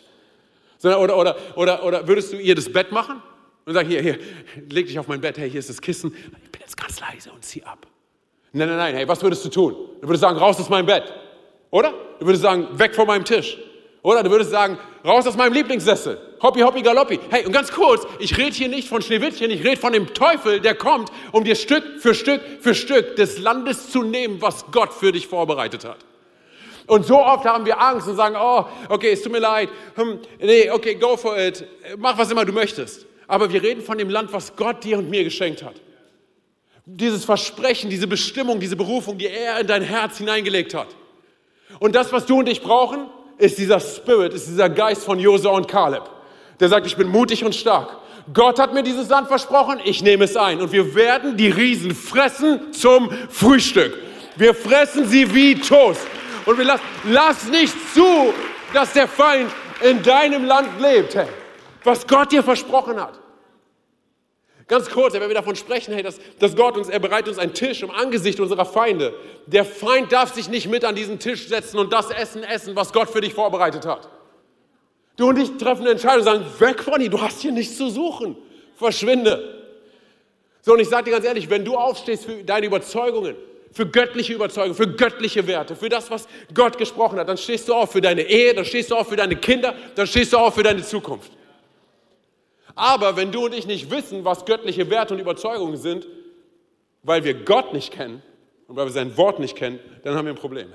Speaker 2: Oder würdest du ihr das Bett machen und sagen, hier, leg dich auf mein Bett, hey, hier ist das Kissen, ich bin jetzt ganz leise und zieh ab. Nein, hey, was würdest du tun? Du würdest sagen, raus aus meinem Bett, oder? Du würdest sagen, weg von meinem Tisch, oder? Du würdest sagen, raus aus meinem Lieblingssessel, hoppi, galoppi. Hey, und ganz kurz, ich rede hier nicht von Schneewittchen, ich rede von dem Teufel, der kommt, um dir Stück für Stück des Landes zu nehmen, was Gott für dich vorbereitet hat. Und so oft haben wir Angst und sagen, oh, okay, es tut mir leid, nee, okay, go for it, mach was immer du möchtest. Aber wir reden von dem Land, was Gott dir und mir geschenkt hat. Dieses Versprechen, diese Bestimmung, diese Berufung, die er in dein Herz hineingelegt hat. Und das, was du und ich brauchen, ist dieser Spirit, ist dieser Geist von Josua und Kaleb, der sagt, ich bin mutig und stark. Gott hat mir dieses Land versprochen, ich nehme es ein. Und wir werden die Riesen fressen zum Frühstück. Wir fressen sie wie Toast. Und wir lass nicht zu, dass der Feind in deinem Land lebt, hey, was Gott dir versprochen hat. Ganz kurz, wenn wir davon sprechen, hey, dass Gott er bereitet uns einen Tisch im Angesicht unserer Feinde. Der Feind darf sich nicht mit an diesen Tisch setzen und das essen, was Gott für dich vorbereitet hat. Du und ich treffen eine Entscheidung und sagen, weg von ihm, du hast hier nichts zu suchen, verschwinde. So, und ich sage dir ganz ehrlich, wenn du aufstehst für deine Überzeugungen, für göttliche Überzeugung, für göttliche Werte, für das, was Gott gesprochen hat, dann stehst du auf für deine Ehe, dann stehst du auf für deine Kinder, dann stehst du auf für deine Zukunft. Aber wenn du und ich nicht wissen, was göttliche Werte und Überzeugungen sind, weil wir Gott nicht kennen und weil wir sein Wort nicht kennen, dann haben wir ein Problem.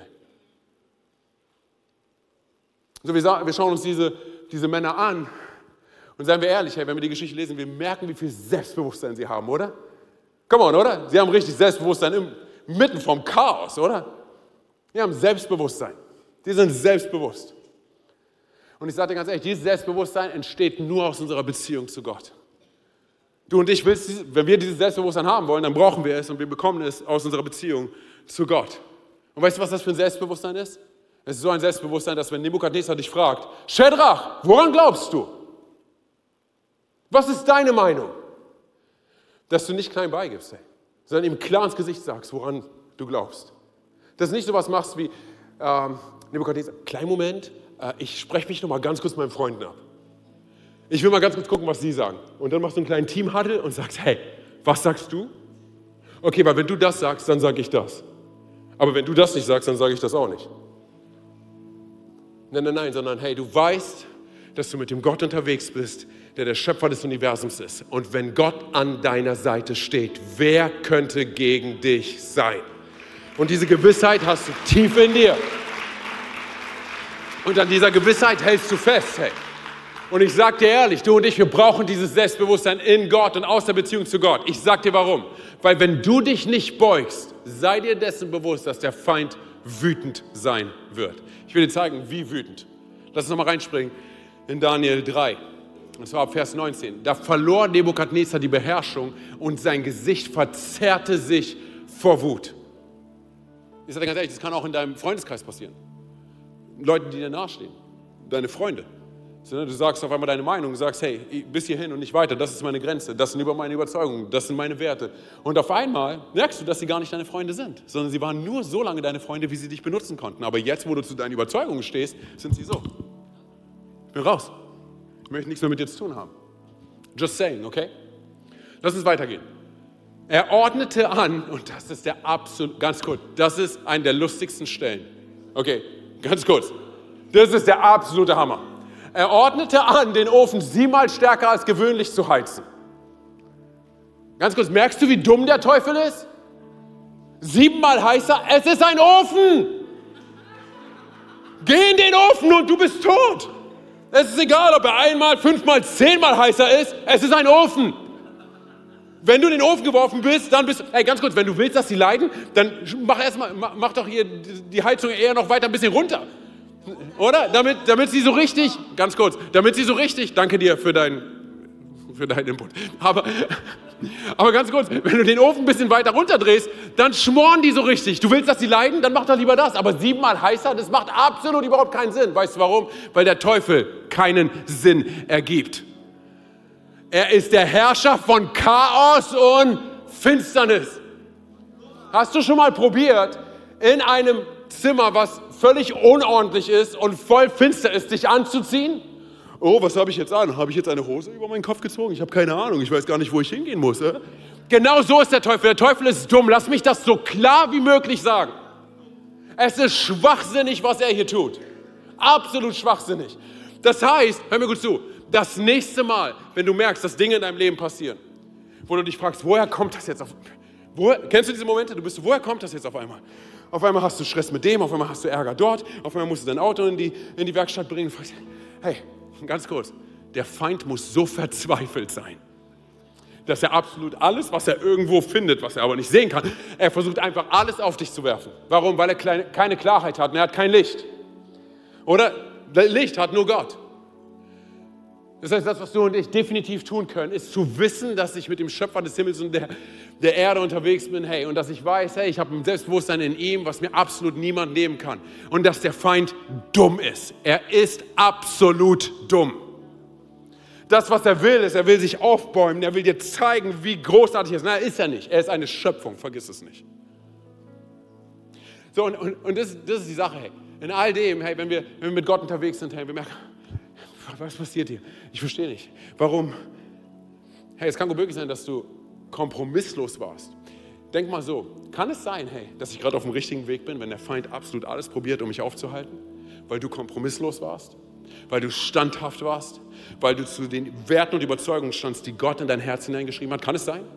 Speaker 2: So, wir schauen uns diese Männer an und seien wir ehrlich, hey, wenn wir die Geschichte lesen, wir merken, wie viel Selbstbewusstsein sie haben, oder? Come on, oder? Sie haben richtig Selbstbewusstsein mitten vom Chaos, oder? Wir haben Selbstbewusstsein. Die sind selbstbewusst. Und ich sage dir ganz ehrlich, dieses Selbstbewusstsein entsteht nur aus unserer Beziehung zu Gott. Du und ich, wenn wir dieses Selbstbewusstsein haben wollen, dann brauchen wir es und wir bekommen es aus unserer Beziehung zu Gott. Und weißt du, was das für ein Selbstbewusstsein ist? Es ist so ein Selbstbewusstsein, dass wenn Nebukadnezar dich fragt, Schedrach, woran glaubst du? Was ist deine Meinung? Dass du nicht klein beigibst, hey, sondern ihm klar ins Gesicht sagst, woran du glaubst. Dass du nicht so was machst wie Nebukadnezar, kleinen Moment, ich spreche mich noch mal ganz kurz mit meinen Freunden ab. Ich will mal ganz kurz gucken, was sie sagen. Und dann machst du einen kleinen Team-Huddle und sagst, hey, was sagst du? Okay, weil wenn du das sagst, dann sage ich das. Aber wenn du das nicht sagst, dann sage ich das auch nicht. Nein, sondern hey, du weißt, dass du mit dem Gott unterwegs bist, der Schöpfer des Universums ist. Und wenn Gott an deiner Seite steht, wer könnte gegen dich sein? Und diese Gewissheit hast du tief in dir. Und an dieser Gewissheit hältst du fest, hey. Und ich sage dir ehrlich, du und ich, wir brauchen dieses Selbstbewusstsein in Gott und aus der Beziehung zu Gott. Ich sage dir warum. Weil wenn du dich nicht beugst, sei dir dessen bewusst, dass der Feind wütend sein wird. Ich will dir zeigen, wie wütend. Lass uns nochmal reinspringen in Daniel 3. Und zwar ab Vers 19. Da verlor Nebukadnezar die Beherrschung und sein Gesicht verzerrte sich vor Wut. Ich sage dir ganz ehrlich, das kann auch in deinem Freundeskreis passieren. Leuten, die dir nahestehen. Deine Freunde. Du sagst auf einmal deine Meinung, sagst, hey, bis hierhin und nicht weiter, das ist meine Grenze, das sind über meine Überzeugungen, das sind meine Werte. Und auf einmal merkst du, dass sie gar nicht deine Freunde sind, sondern sie waren nur so lange deine Freunde, wie sie dich benutzen konnten. Aber jetzt, wo du zu deinen Überzeugungen stehst, sind sie so. Ich bin raus. Ich möchte nichts mehr mit dir zu tun haben. Just saying, okay? Lass uns weitergehen. Er ordnete an, und das ist der absolut, ganz kurz, das ist eine der lustigsten Stellen. Okay, ganz kurz. Das ist der absolute Hammer. Er ordnete an, den Ofen 7-mal stärker als gewöhnlich zu heizen. Ganz kurz, merkst du, wie dumm der Teufel ist? 7-mal heißer, es ist ein Ofen. Geh in den Ofen und du bist tot. Es ist egal, ob er 1-mal, 5-mal, 10-mal heißer ist, es ist ein Ofen. Wenn du in den Ofen geworfen bist, dann bist du, hey, ganz kurz, wenn du willst, dass sie leiden, dann mach doch hier die Heizung eher noch weiter ein bisschen runter. Oder? Damit sie so richtig, ganz kurz, danke dir für deinen Input. Aber ganz kurz, wenn du den Ofen ein bisschen weiter runterdrehst, dann schmoren die so richtig. Du willst, dass sie leiden, dann mach doch lieber das. Aber 7-mal heißer, das macht absolut überhaupt keinen Sinn. Weißt du warum? Weil der Teufel keinen Sinn ergibt. Er ist der Herrscher von Chaos und Finsternis. Hast du schon mal probiert, in einem Zimmer, was völlig unordentlich ist und voll finster ist, dich anzuziehen? Oh, was habe ich jetzt an? Habe ich jetzt eine Hose über meinen Kopf gezogen? Ich habe keine Ahnung, ich weiß gar nicht, wo ich hingehen muss. Genau so ist der Teufel. Der Teufel ist dumm. Lass mich das so klar wie möglich sagen. Es ist schwachsinnig, was er hier tut. Absolut schwachsinnig. Das heißt, hör mir gut zu, das nächste Mal, wenn du merkst, dass Dinge in deinem Leben passieren, wo du dich fragst, woher kommt das jetzt kennst du diese Momente? Woher kommt das jetzt auf einmal? Auf einmal hast du Stress mit dem, auf einmal hast du Ärger dort, auf einmal musst du dein Auto in die Werkstatt bringen und fragst, hey, ganz kurz, der Feind muss so verzweifelt sein, dass er absolut alles, was er irgendwo findet, was er aber nicht sehen kann, er versucht einfach alles auf dich zu werfen. Warum? Weil er keine Klarheit hat und er hat kein Licht. Oder? Licht hat nur Gott. Das heißt, das, was du und ich definitiv tun können, ist zu wissen, dass ich mit dem Schöpfer des Himmels und der Erde unterwegs bin, hey, und dass ich weiß, hey, ich habe ein Selbstbewusstsein in ihm, was mir absolut niemand nehmen kann. Und dass der Feind dumm ist. Er ist absolut dumm. Das, was er will, ist, er will sich aufbäumen, er will dir zeigen, wie großartig er ist. Nein, ist er nicht. Er ist eine Schöpfung, vergiss es nicht. So, und das ist die Sache, hey. In all dem, hey, wenn wir mit Gott unterwegs sind, hey, wir merken, was passiert hier? Ich verstehe nicht. Warum? Hey, es kann gut möglich sein, dass du kompromisslos warst. Denk mal so, kann es sein, hey, dass ich gerade auf dem richtigen Weg bin, wenn der Feind absolut alles probiert, um mich aufzuhalten? Weil du kompromisslos warst? Weil du standhaft warst? Weil du zu den Werten und Überzeugungen standst, die Gott in dein Herz hineingeschrieben hat? Kann es sein?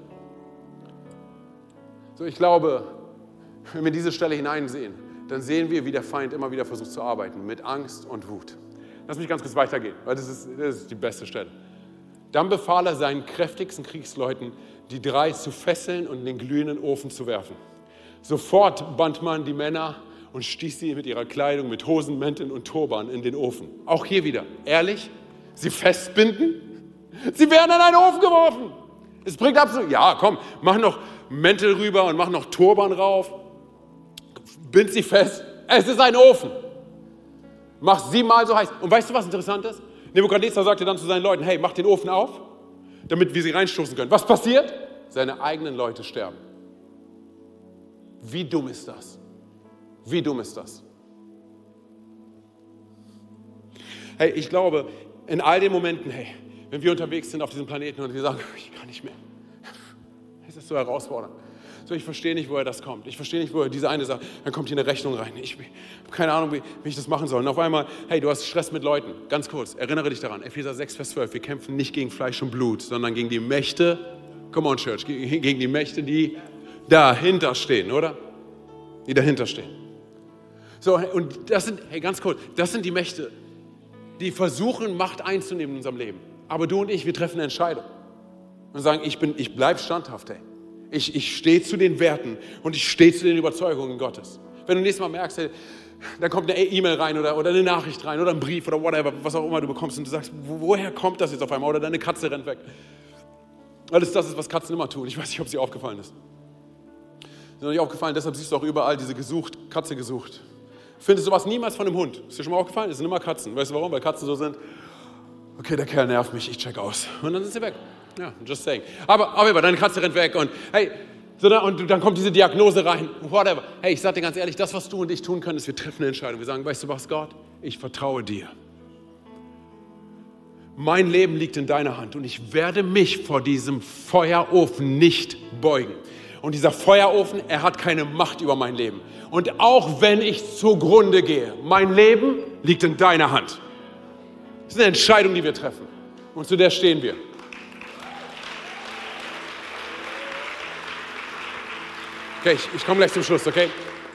Speaker 2: So, ich glaube, wenn wir diese Stelle hineinsehen, dann sehen wir, wie der Feind immer wieder versucht zu arbeiten, mit Angst und Wut. Lass mich ganz kurz weitergehen, weil das ist die beste Stelle. Dann befahl er seinen kräftigsten Kriegsleuten, die 3 zu fesseln und in den glühenden Ofen zu werfen. Sofort band man die Männer und stieß sie mit ihrer Kleidung, mit Hosen, Mänteln und Turban in den Ofen. Auch hier wieder, ehrlich, sie festbinden? Sie werden in einen Ofen geworfen. Es bringt absolut, ja komm, mach noch Mäntel rüber und mach noch Turban rauf. Bind sie fest, es ist ein Ofen. Mach 7-mal so heiß. Und weißt du, was interessant ist? Nebukadnezar sagte dann zu seinen Leuten, hey, mach den Ofen auf, damit wir sie reinstoßen können. Was passiert? Seine eigenen Leute sterben. Wie dumm ist das? Wie dumm ist das? Hey, ich glaube, in all den Momenten, hey, wenn wir unterwegs sind auf diesem Planeten und wir sagen, ich kann nicht mehr, es ist so herausfordernd. So, ich verstehe nicht, woher das kommt. Ich verstehe nicht, woher diese eine sagt, dann kommt hier eine Rechnung rein. Ich habe keine Ahnung, wie ich das machen soll. Und auf einmal, hey, du hast Stress mit Leuten. Ganz kurz, erinnere dich daran, Epheser 6, Vers 12, wir kämpfen nicht gegen Fleisch und Blut, sondern gegen die Mächte, come on Church, gegen die Mächte, die dahinter stehen, oder? Die dahinter stehen. So, und das sind, hey, ganz kurz, das sind die Mächte, die versuchen, Macht einzunehmen in unserem Leben. Aber du und ich, wir treffen eine Entscheidung. Und sagen, ich bleibe standhaft, hey. Ich stehe zu den Werten und ich stehe zu den Überzeugungen Gottes. Wenn du nächstes Mal merkst, hey, da kommt eine E-Mail rein oder eine Nachricht rein oder ein Brief oder whatever, was auch immer du bekommst und du sagst, woher kommt das jetzt auf einmal? Oder deine Katze rennt weg. Alles das ist, was Katzen immer tun. Ich weiß nicht, ob es dir aufgefallen ist. Ist dir noch nicht aufgefallen, deshalb siehst du auch überall diese Katze gesucht. Findest du sowas niemals von einem Hund? Ist dir schon mal aufgefallen? Es sind immer Katzen. Weißt du warum? Weil Katzen so sind, okay, der Kerl nervt mich, ich check aus. Und dann sind sie weg. Ja, just saying. Aber deine Katze rennt weg und hey, und dann kommt diese Diagnose rein, whatever. Hey, ich sag dir ganz ehrlich, das, was du und ich tun können, ist, wir treffen eine Entscheidung. Wir sagen, weißt du was, Gott? Ich vertraue dir. Mein Leben liegt in deiner Hand und ich werde mich vor diesem Feuerofen nicht beugen. Und dieser Feuerofen, er hat keine Macht über mein Leben. Und auch wenn ich zugrunde gehe, mein Leben liegt in deiner Hand. Das ist eine Entscheidung, die wir treffen. Und zu der stehen wir. Okay, ich komme gleich zum Schluss, okay?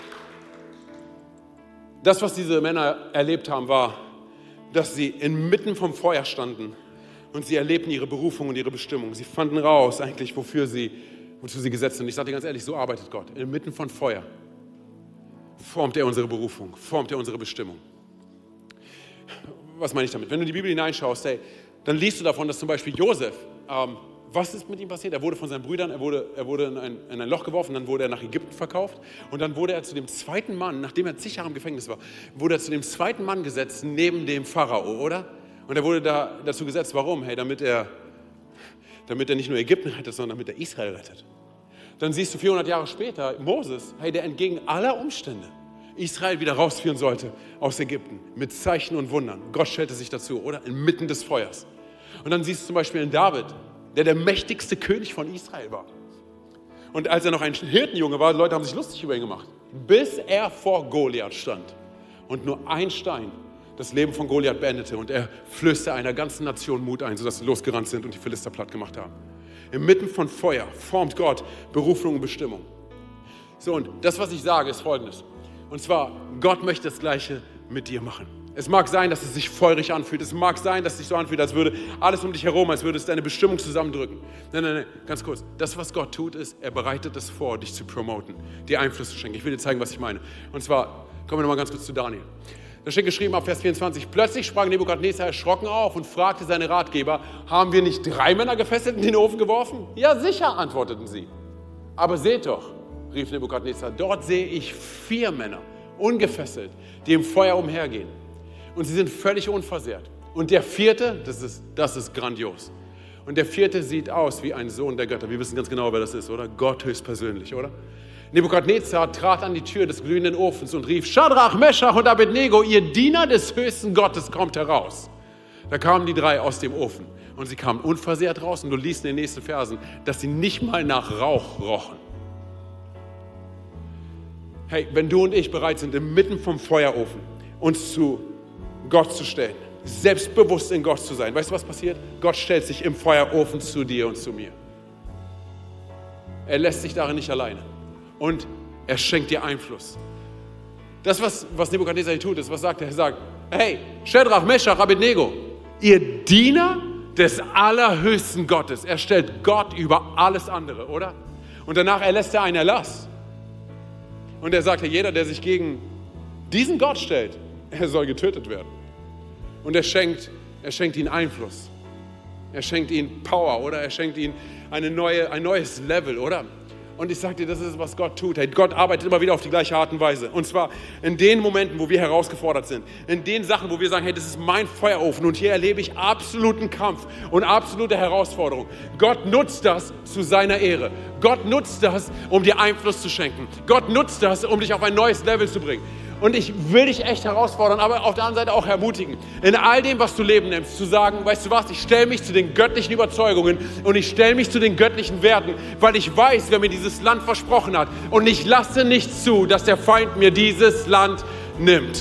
Speaker 2: Das, was diese Männer erlebt haben, war, dass sie inmitten vom Feuer standen und sie erlebten ihre Berufung und ihre Bestimmung. Sie fanden raus eigentlich, wozu sie gesetzt sind. Ich sage dir ganz ehrlich, so arbeitet Gott. Inmitten von Feuer formt er unsere Berufung, formt er unsere Bestimmung. Was meine ich damit? Wenn du in die Bibel hineinschaust, hey, dann liest du davon, dass zum Beispiel Josef, was ist mit ihm passiert? Er wurde von seinen Brüdern, er wurde in ein Loch geworfen, dann wurde er nach Ägypten verkauft und dann wurde er zu dem zweiten Mann, nachdem er zig Jahre im Gefängnis war, wurde er zu dem zweiten Mann gesetzt, neben dem Pharao, oder? Und er wurde dazu gesetzt, warum? Hey, damit er nicht nur Ägypten rettet, sondern damit er Israel rettet. Dann siehst du 400 Jahre später Moses, hey, der entgegen aller Umstände Israel wieder rausführen sollte aus Ägypten mit Zeichen und Wundern. Gott stellte sich dazu, oder? Inmitten des Feuers. Und dann siehst du zum Beispiel in David, der mächtigste König von Israel war. Und als er noch ein Hirtenjunge war, Leute haben sich lustig über ihn gemacht, bis er vor Goliath stand und nur ein Stein das Leben von Goliath beendete und er flößte einer ganzen Nation Mut ein, sodass sie losgerannt sind und die Philister platt gemacht haben. Inmitten von Feuer formt Gott Berufung und Bestimmung. So, und das, was ich sage, ist Folgendes. Und zwar, Gott möchte das Gleiche mit dir machen. Es mag sein, dass es sich feurig anfühlt. Es mag sein, dass es sich so anfühlt, als würde alles um dich herum, als würde es deine Bestimmung zusammendrücken. Nein, ganz kurz. Das, was Gott tut, ist, er bereitet es vor, dich zu promoten, dir Einfluss zu schenken. Ich will dir zeigen, was ich meine. Und zwar, kommen wir nochmal ganz kurz zu Daniel. Da steht geschrieben ab Vers 24, plötzlich sprang Nebukadnezar erschrocken auf und fragte seine Ratgeber, haben wir nicht 3 Männer gefesselt und in den Ofen geworfen? Ja, sicher, antworteten sie. Aber seht doch, rief Nebukadnezar, dort sehe ich 4 Männer, ungefesselt, die im Feuer umhergehen. Und sie sind völlig unversehrt. Und der 4., das ist grandios. Und der 4. sieht aus wie ein Sohn der Götter. Wir wissen ganz genau, wer das ist, oder? Gott höchstpersönlich, oder? Nebukadnezar trat an die Tür des glühenden Ofens und rief, Schadrach, Meschach und Abednego, ihr Diener des höchsten Gottes, kommt heraus. Da kamen die 3 aus dem Ofen und sie kamen unversehrt raus. Und du liest in den nächsten Versen, dass sie nicht mal nach Rauch rochen. Hey, wenn du und ich bereit sind, inmitten vom Feuerofen uns zu Gott zu stellen, selbstbewusst in Gott zu sein, weißt du, was passiert? Gott stellt sich im Feuerofen zu dir und zu mir. Er lässt sich darin nicht alleine. Und er schenkt dir Einfluss. Das, was Nebukadnezar hier tut, ist, was sagt er? Er sagt, hey, Schadrach, Meschach, Abednego, ihr Diener des allerhöchsten Gottes. Er stellt Gott über alles andere, oder? Und danach erlässt er einen Erlass. Und er sagt, jeder, der sich gegen diesen Gott stellt, er soll getötet werden. Und er schenkt ihnen Einfluss. Er schenkt ihnen Power, oder? Er schenkt ihnen ein neues Level, oder? Und ich sage dir, das ist, was Gott tut. Hey, Gott arbeitet immer wieder auf die gleiche Art und Weise. Und zwar in den Momenten, wo wir herausgefordert sind. In den Sachen, wo wir sagen, hey, das ist mein Feuerofen und hier erlebe ich absoluten Kampf und absolute Herausforderung. Gott nutzt das zu seiner Ehre. Gott nutzt das, um dir Einfluss zu schenken. Gott nutzt das, um dich auf ein neues Level zu bringen. Und ich will dich echt herausfordern, aber auf der anderen Seite auch ermutigen, in all dem, was du Leben nimmst, zu sagen, weißt du was, ich stelle mich zu den göttlichen Überzeugungen und ich stelle mich zu den göttlichen Werten, weil ich weiß, wer mir dieses Land versprochen hat. Und ich lasse nicht zu, dass der Feind mir dieses Land nimmt.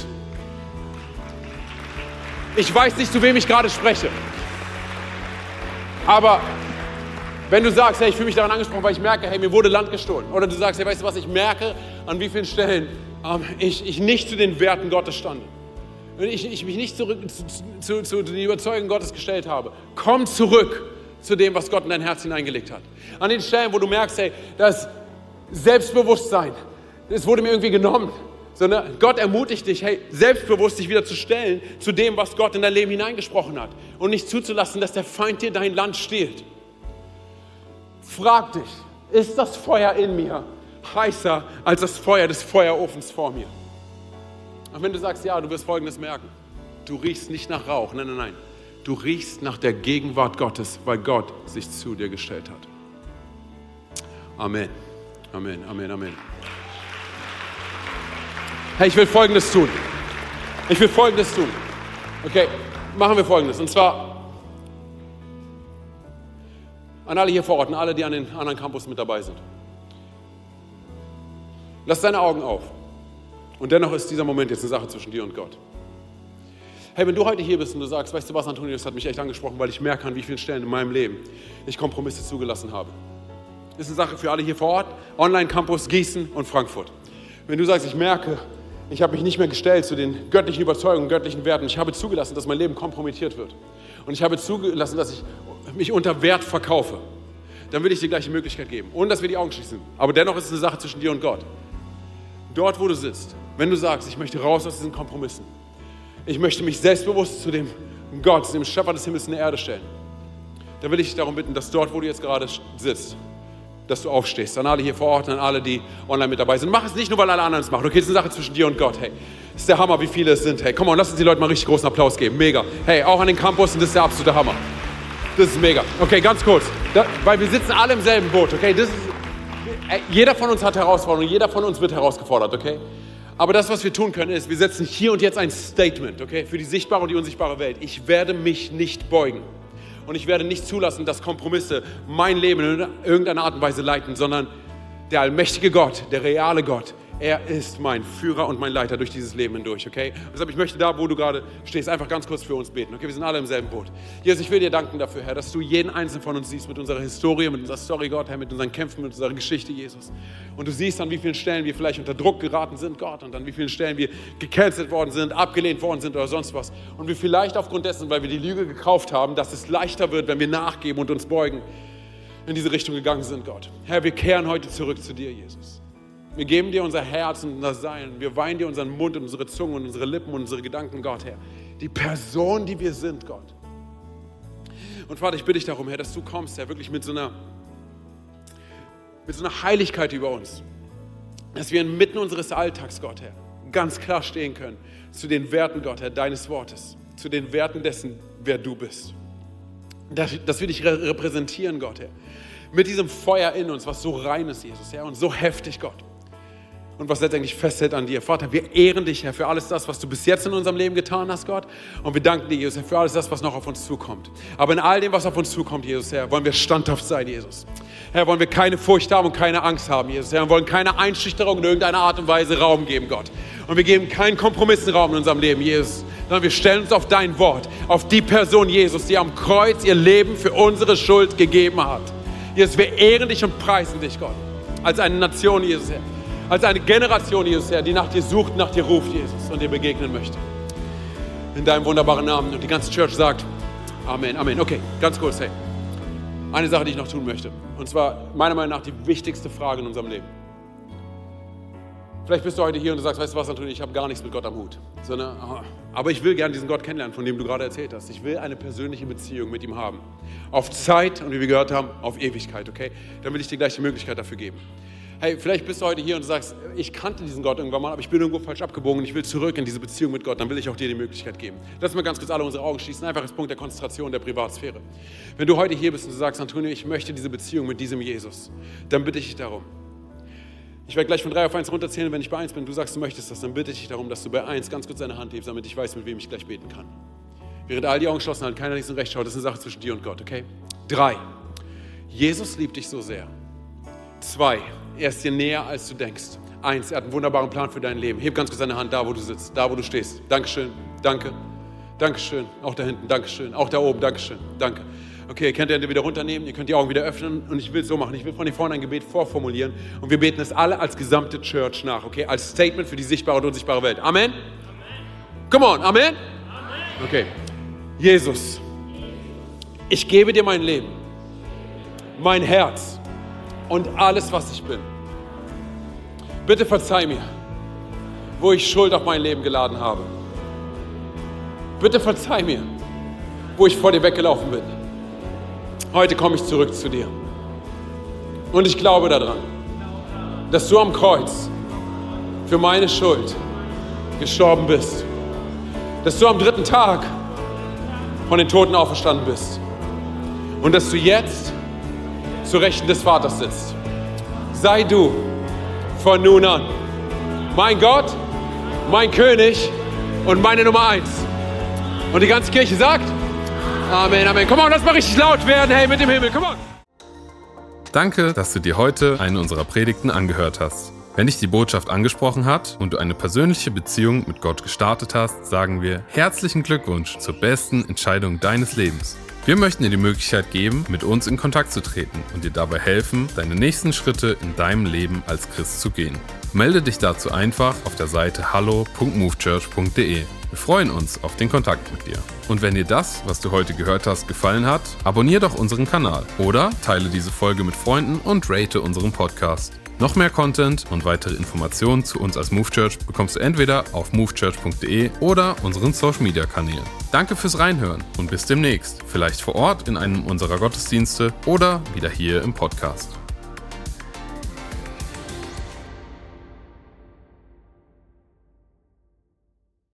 Speaker 2: Ich weiß nicht, zu wem ich gerade spreche. Aber wenn du sagst, hey, ich fühle mich daran angesprochen, weil ich merke, hey, mir wurde Land gestohlen. Oder du sagst, hey, weißt du was, ich merke, an wie vielen Stellen ich nicht zu den Werten Gottes stande. Und ich mich nicht zurück zu den Überzeugungen Gottes gestellt habe. Komm zurück zu dem, was Gott in dein Herz hineingelegt hat. An den Stellen, wo du merkst, hey, das Selbstbewusstsein, es wurde mir irgendwie genommen. Sondern Gott ermutigt dich, hey, selbstbewusst dich wieder zu stellen zu dem, was Gott in dein Leben hineingesprochen hat. Und nicht zuzulassen, dass der Feind dir dein Land stiehlt. Frag dich, ist das Feuer in mir heißer als das Feuer des Feuerofens vor mir? Und wenn du sagst, ja, du wirst Folgendes merken. Du riechst nicht nach Rauch, nein, nein, nein. Du riechst nach der Gegenwart Gottes, weil Gott sich zu dir gestellt hat. Amen, Amen, Amen, Amen. Hey, ich will Folgendes tun. Okay, machen wir Folgendes. Und zwar an alle hier vor Ort und alle, die an den anderen Campus mit dabei sind. Lass deine Augen auf. Und dennoch ist dieser Moment jetzt eine Sache zwischen dir und Gott. Hey, wenn du heute hier bist und du sagst, weißt du was, Antonius, das hat mich echt angesprochen, weil ich merke, an wie vielen Stellen in meinem Leben ich Kompromisse zugelassen habe. Das ist eine Sache für alle hier vor Ort, Online-Campus Gießen und Frankfurt. Wenn du sagst, ich merke, ich habe mich nicht mehr gestellt zu den göttlichen Überzeugungen, göttlichen Werten. Ich habe zugelassen, dass mein Leben kompromittiert wird. Und ich habe zugelassen, dass ich mich unter Wert verkaufe. Dann will ich dir gleich die Möglichkeit geben, ohne dass wir die Augen schließen. Aber dennoch ist es eine Sache zwischen dir und Gott. Dort, wo du sitzt, wenn du sagst, ich möchte raus aus diesen Kompromissen. Ich möchte mich selbstbewusst zu dem Gott, zu dem Schöpfer des Himmels und der Erde stellen. Dann will ich dich darum bitten, dass dort, wo du jetzt gerade sitzt, dass du aufstehst. An alle hier vor Ort, an alle, die online mit dabei sind. Mach es nicht nur, weil alle anderen es machen. Okay, es ist eine Sache zwischen dir und Gott. Hey, das ist der Hammer, wie viele es sind. Hey, komm on, lass uns die Leute mal richtig großen Applaus geben. Mega. Hey, auch an den Campus, das ist der absolute Hammer. Das ist mega. Okay, ganz kurz. Weil wir sitzen alle im selben Boot. Okay, jeder von uns hat Herausforderungen. Jeder von uns wird herausgefordert. Okay. Aber das, was wir tun können, ist, wir setzen hier und jetzt ein Statement. Okay, für die sichtbare und die unsichtbare Welt. Ich werde mich nicht beugen. Und ich werde nicht zulassen, dass Kompromisse mein Leben in irgendeiner Art und Weise leiten, sondern der allmächtige Gott, der reale Gott, er ist mein Führer und mein Leiter durch dieses Leben hindurch, okay? Deshalb, ich möchte da, wo du gerade stehst, einfach ganz kurz für uns beten, okay? Wir sind alle im selben Boot. Jesus, ich will dir danken dafür, Herr, dass du jeden einzelnen von uns siehst mit unserer Historie, mit unserer Story, Gott, Herr, mit unseren Kämpfen, mit unserer Geschichte, Jesus. Und du siehst, an wie vielen Stellen wir vielleicht unter Druck geraten sind, Gott, und an wie vielen Stellen wir gecancelt worden sind, abgelehnt worden sind oder sonst was. Und wir vielleicht aufgrund dessen, weil wir die Lüge gekauft haben, dass es leichter wird, wenn wir nachgeben und uns beugen, in diese Richtung gegangen sind, Gott. Herr, wir kehren heute zurück zu dir, Jesus. Wir geben dir unser Herz und unser Sein. Wir weihen dir unseren Mund und unsere Zunge und unsere Lippen und unsere Gedanken, Gott, Herr. Die Person, die wir sind, Gott. Und Vater, ich bitte dich darum, Herr, dass du kommst, Herr, wirklich mit so einer Heiligkeit über uns. Dass wir inmitten unseres Alltags, Gott, Herr, ganz klar stehen können zu den Werten, Gott, Herr, deines Wortes. Zu den Werten dessen, wer du bist. Dass wir dich repräsentieren, Gott, Herr. Mit diesem Feuer in uns, was so rein ist, Jesus, Herr, und so heftig, Gott. Und was letztendlich festhält an dir. Vater, wir ehren dich, Herr, für alles das, was du bis jetzt in unserem Leben getan hast, Gott. Und wir danken dir, Jesus, Herr, für alles das, was noch auf uns zukommt. Aber in all dem, was auf uns zukommt, Jesus, Herr, wollen wir standhaft sein, Jesus. Herr, wollen wir keine Furcht haben und keine Angst haben, Jesus. Herr, und wollen keine Einschüchterung in irgendeiner Art und Weise Raum geben, Gott. Und wir geben keinen Kompromissen-Raum in unserem Leben, Jesus. Sondern wir stellen uns auf dein Wort, auf die Person, Jesus, die am Kreuz ihr Leben für unsere Schuld gegeben hat. Jesus, wir ehren dich und preisen dich, Gott. Als eine Nation, Jesus, Herr. Als eine Generation, Jesus, Herr, die nach dir sucht, nach dir ruft, Jesus, und dir begegnen möchte. In deinem wunderbaren Namen. Und die ganze Church sagt Amen, Amen. Okay, ganz kurz, hey. Eine Sache, die ich noch tun möchte. Und zwar, meiner Meinung nach, die wichtigste Frage in unserem Leben. Vielleicht bist du heute hier und du sagst, weißt du was, Antonio, ich habe gar nichts mit Gott am Hut. Aber ich will gerne diesen Gott kennenlernen, von dem du gerade erzählt hast. Ich will eine persönliche Beziehung mit ihm haben. Auf Zeit und wie wir gehört haben, auf Ewigkeit, okay? Dann will ich dir gleich die Möglichkeit dafür geben. Hey, vielleicht bist du heute hier und du sagst, ich kannte diesen Gott irgendwann mal, aber ich bin irgendwo falsch abgebogen und ich will zurück in diese Beziehung mit Gott. Dann will ich auch dir die Möglichkeit geben. Lass mal ganz kurz alle unsere Augen schließen. Einfach als Punkt der Konzentration der Privatsphäre. Wenn du heute hier bist und du sagst, Antonio, ich möchte diese Beziehung mit diesem Jesus, dann bitte ich dich darum. Ich werde gleich von 3 auf 1 runterzählen. Wenn ich bei 1 bin, du sagst, du möchtest das, dann bitte ich dich darum, dass du bei 1 ganz kurz deine Hand hebst, damit ich weiß, mit wem ich gleich beten kann. Während all die Augen geschlossen halten, keiner links und rechts schaut, das ist eine Sache zwischen dir und Gott, okay? 3. Jesus liebt dich so sehr. 2. Er ist dir näher, als du denkst. 1. Er hat einen wunderbaren Plan für dein Leben. Heb ganz kurz deine Hand da, wo du sitzt, da, wo du stehst. Dankeschön, danke, Dankeschön. Auch da hinten, Dankeschön. Auch da oben, Dankeschön, danke. Okay, ihr könnt die Hände wieder runternehmen, ihr könnt die Augen wieder öffnen und ich will es so machen. Ich will von hier vorne ein Gebet vorformulieren und wir beten es alle als gesamte Church nach, okay? Als Statement für die sichtbare und unsichtbare Welt. Amen? Come on, Amen? Okay. Jesus, ich gebe dir mein Leben, mein Herz und alles, was ich bin. Bitte verzeih mir, wo ich Schuld auf mein Leben geladen habe. Bitte verzeih mir, wo ich vor dir weggelaufen bin. Heute komme ich zurück zu dir. Und ich glaube daran, dass du am Kreuz für meine Schuld gestorben bist. Dass du am 3. Tag von den Toten auferstanden bist. Und dass du jetzt zur Rechten des Vaters sitzt. Sei du von nun an mein Gott, mein König und meine Nummer 1. Und die ganze Kirche sagt: Amen, Amen. Komm on, lass mal richtig laut werden, hey, mit dem Himmel, komm on.
Speaker 1: Danke, dass du dir heute eine unserer Predigten angehört hast. Wenn dich die Botschaft angesprochen hat und du eine persönliche Beziehung mit Gott gestartet hast, sagen wir herzlichen Glückwunsch zur besten Entscheidung deines Lebens. Wir möchten dir die Möglichkeit geben, mit uns in Kontakt zu treten und dir dabei helfen, deine nächsten Schritte in deinem Leben als Christ zu gehen. Melde dich dazu einfach auf der Seite hallo.movechurch.de. Wir freuen uns auf den Kontakt mit dir. Und wenn dir das, was du heute gehört hast, gefallen hat, abonniere doch unseren Kanal oder teile diese Folge mit Freunden und rate unseren Podcast. Noch mehr Content und weitere Informationen zu uns als Move Church bekommst du entweder auf movechurch.de oder unseren Social Media Kanälen. Danke fürs Reinhören und bis demnächst, vielleicht vor Ort in einem unserer Gottesdienste oder wieder hier im Podcast.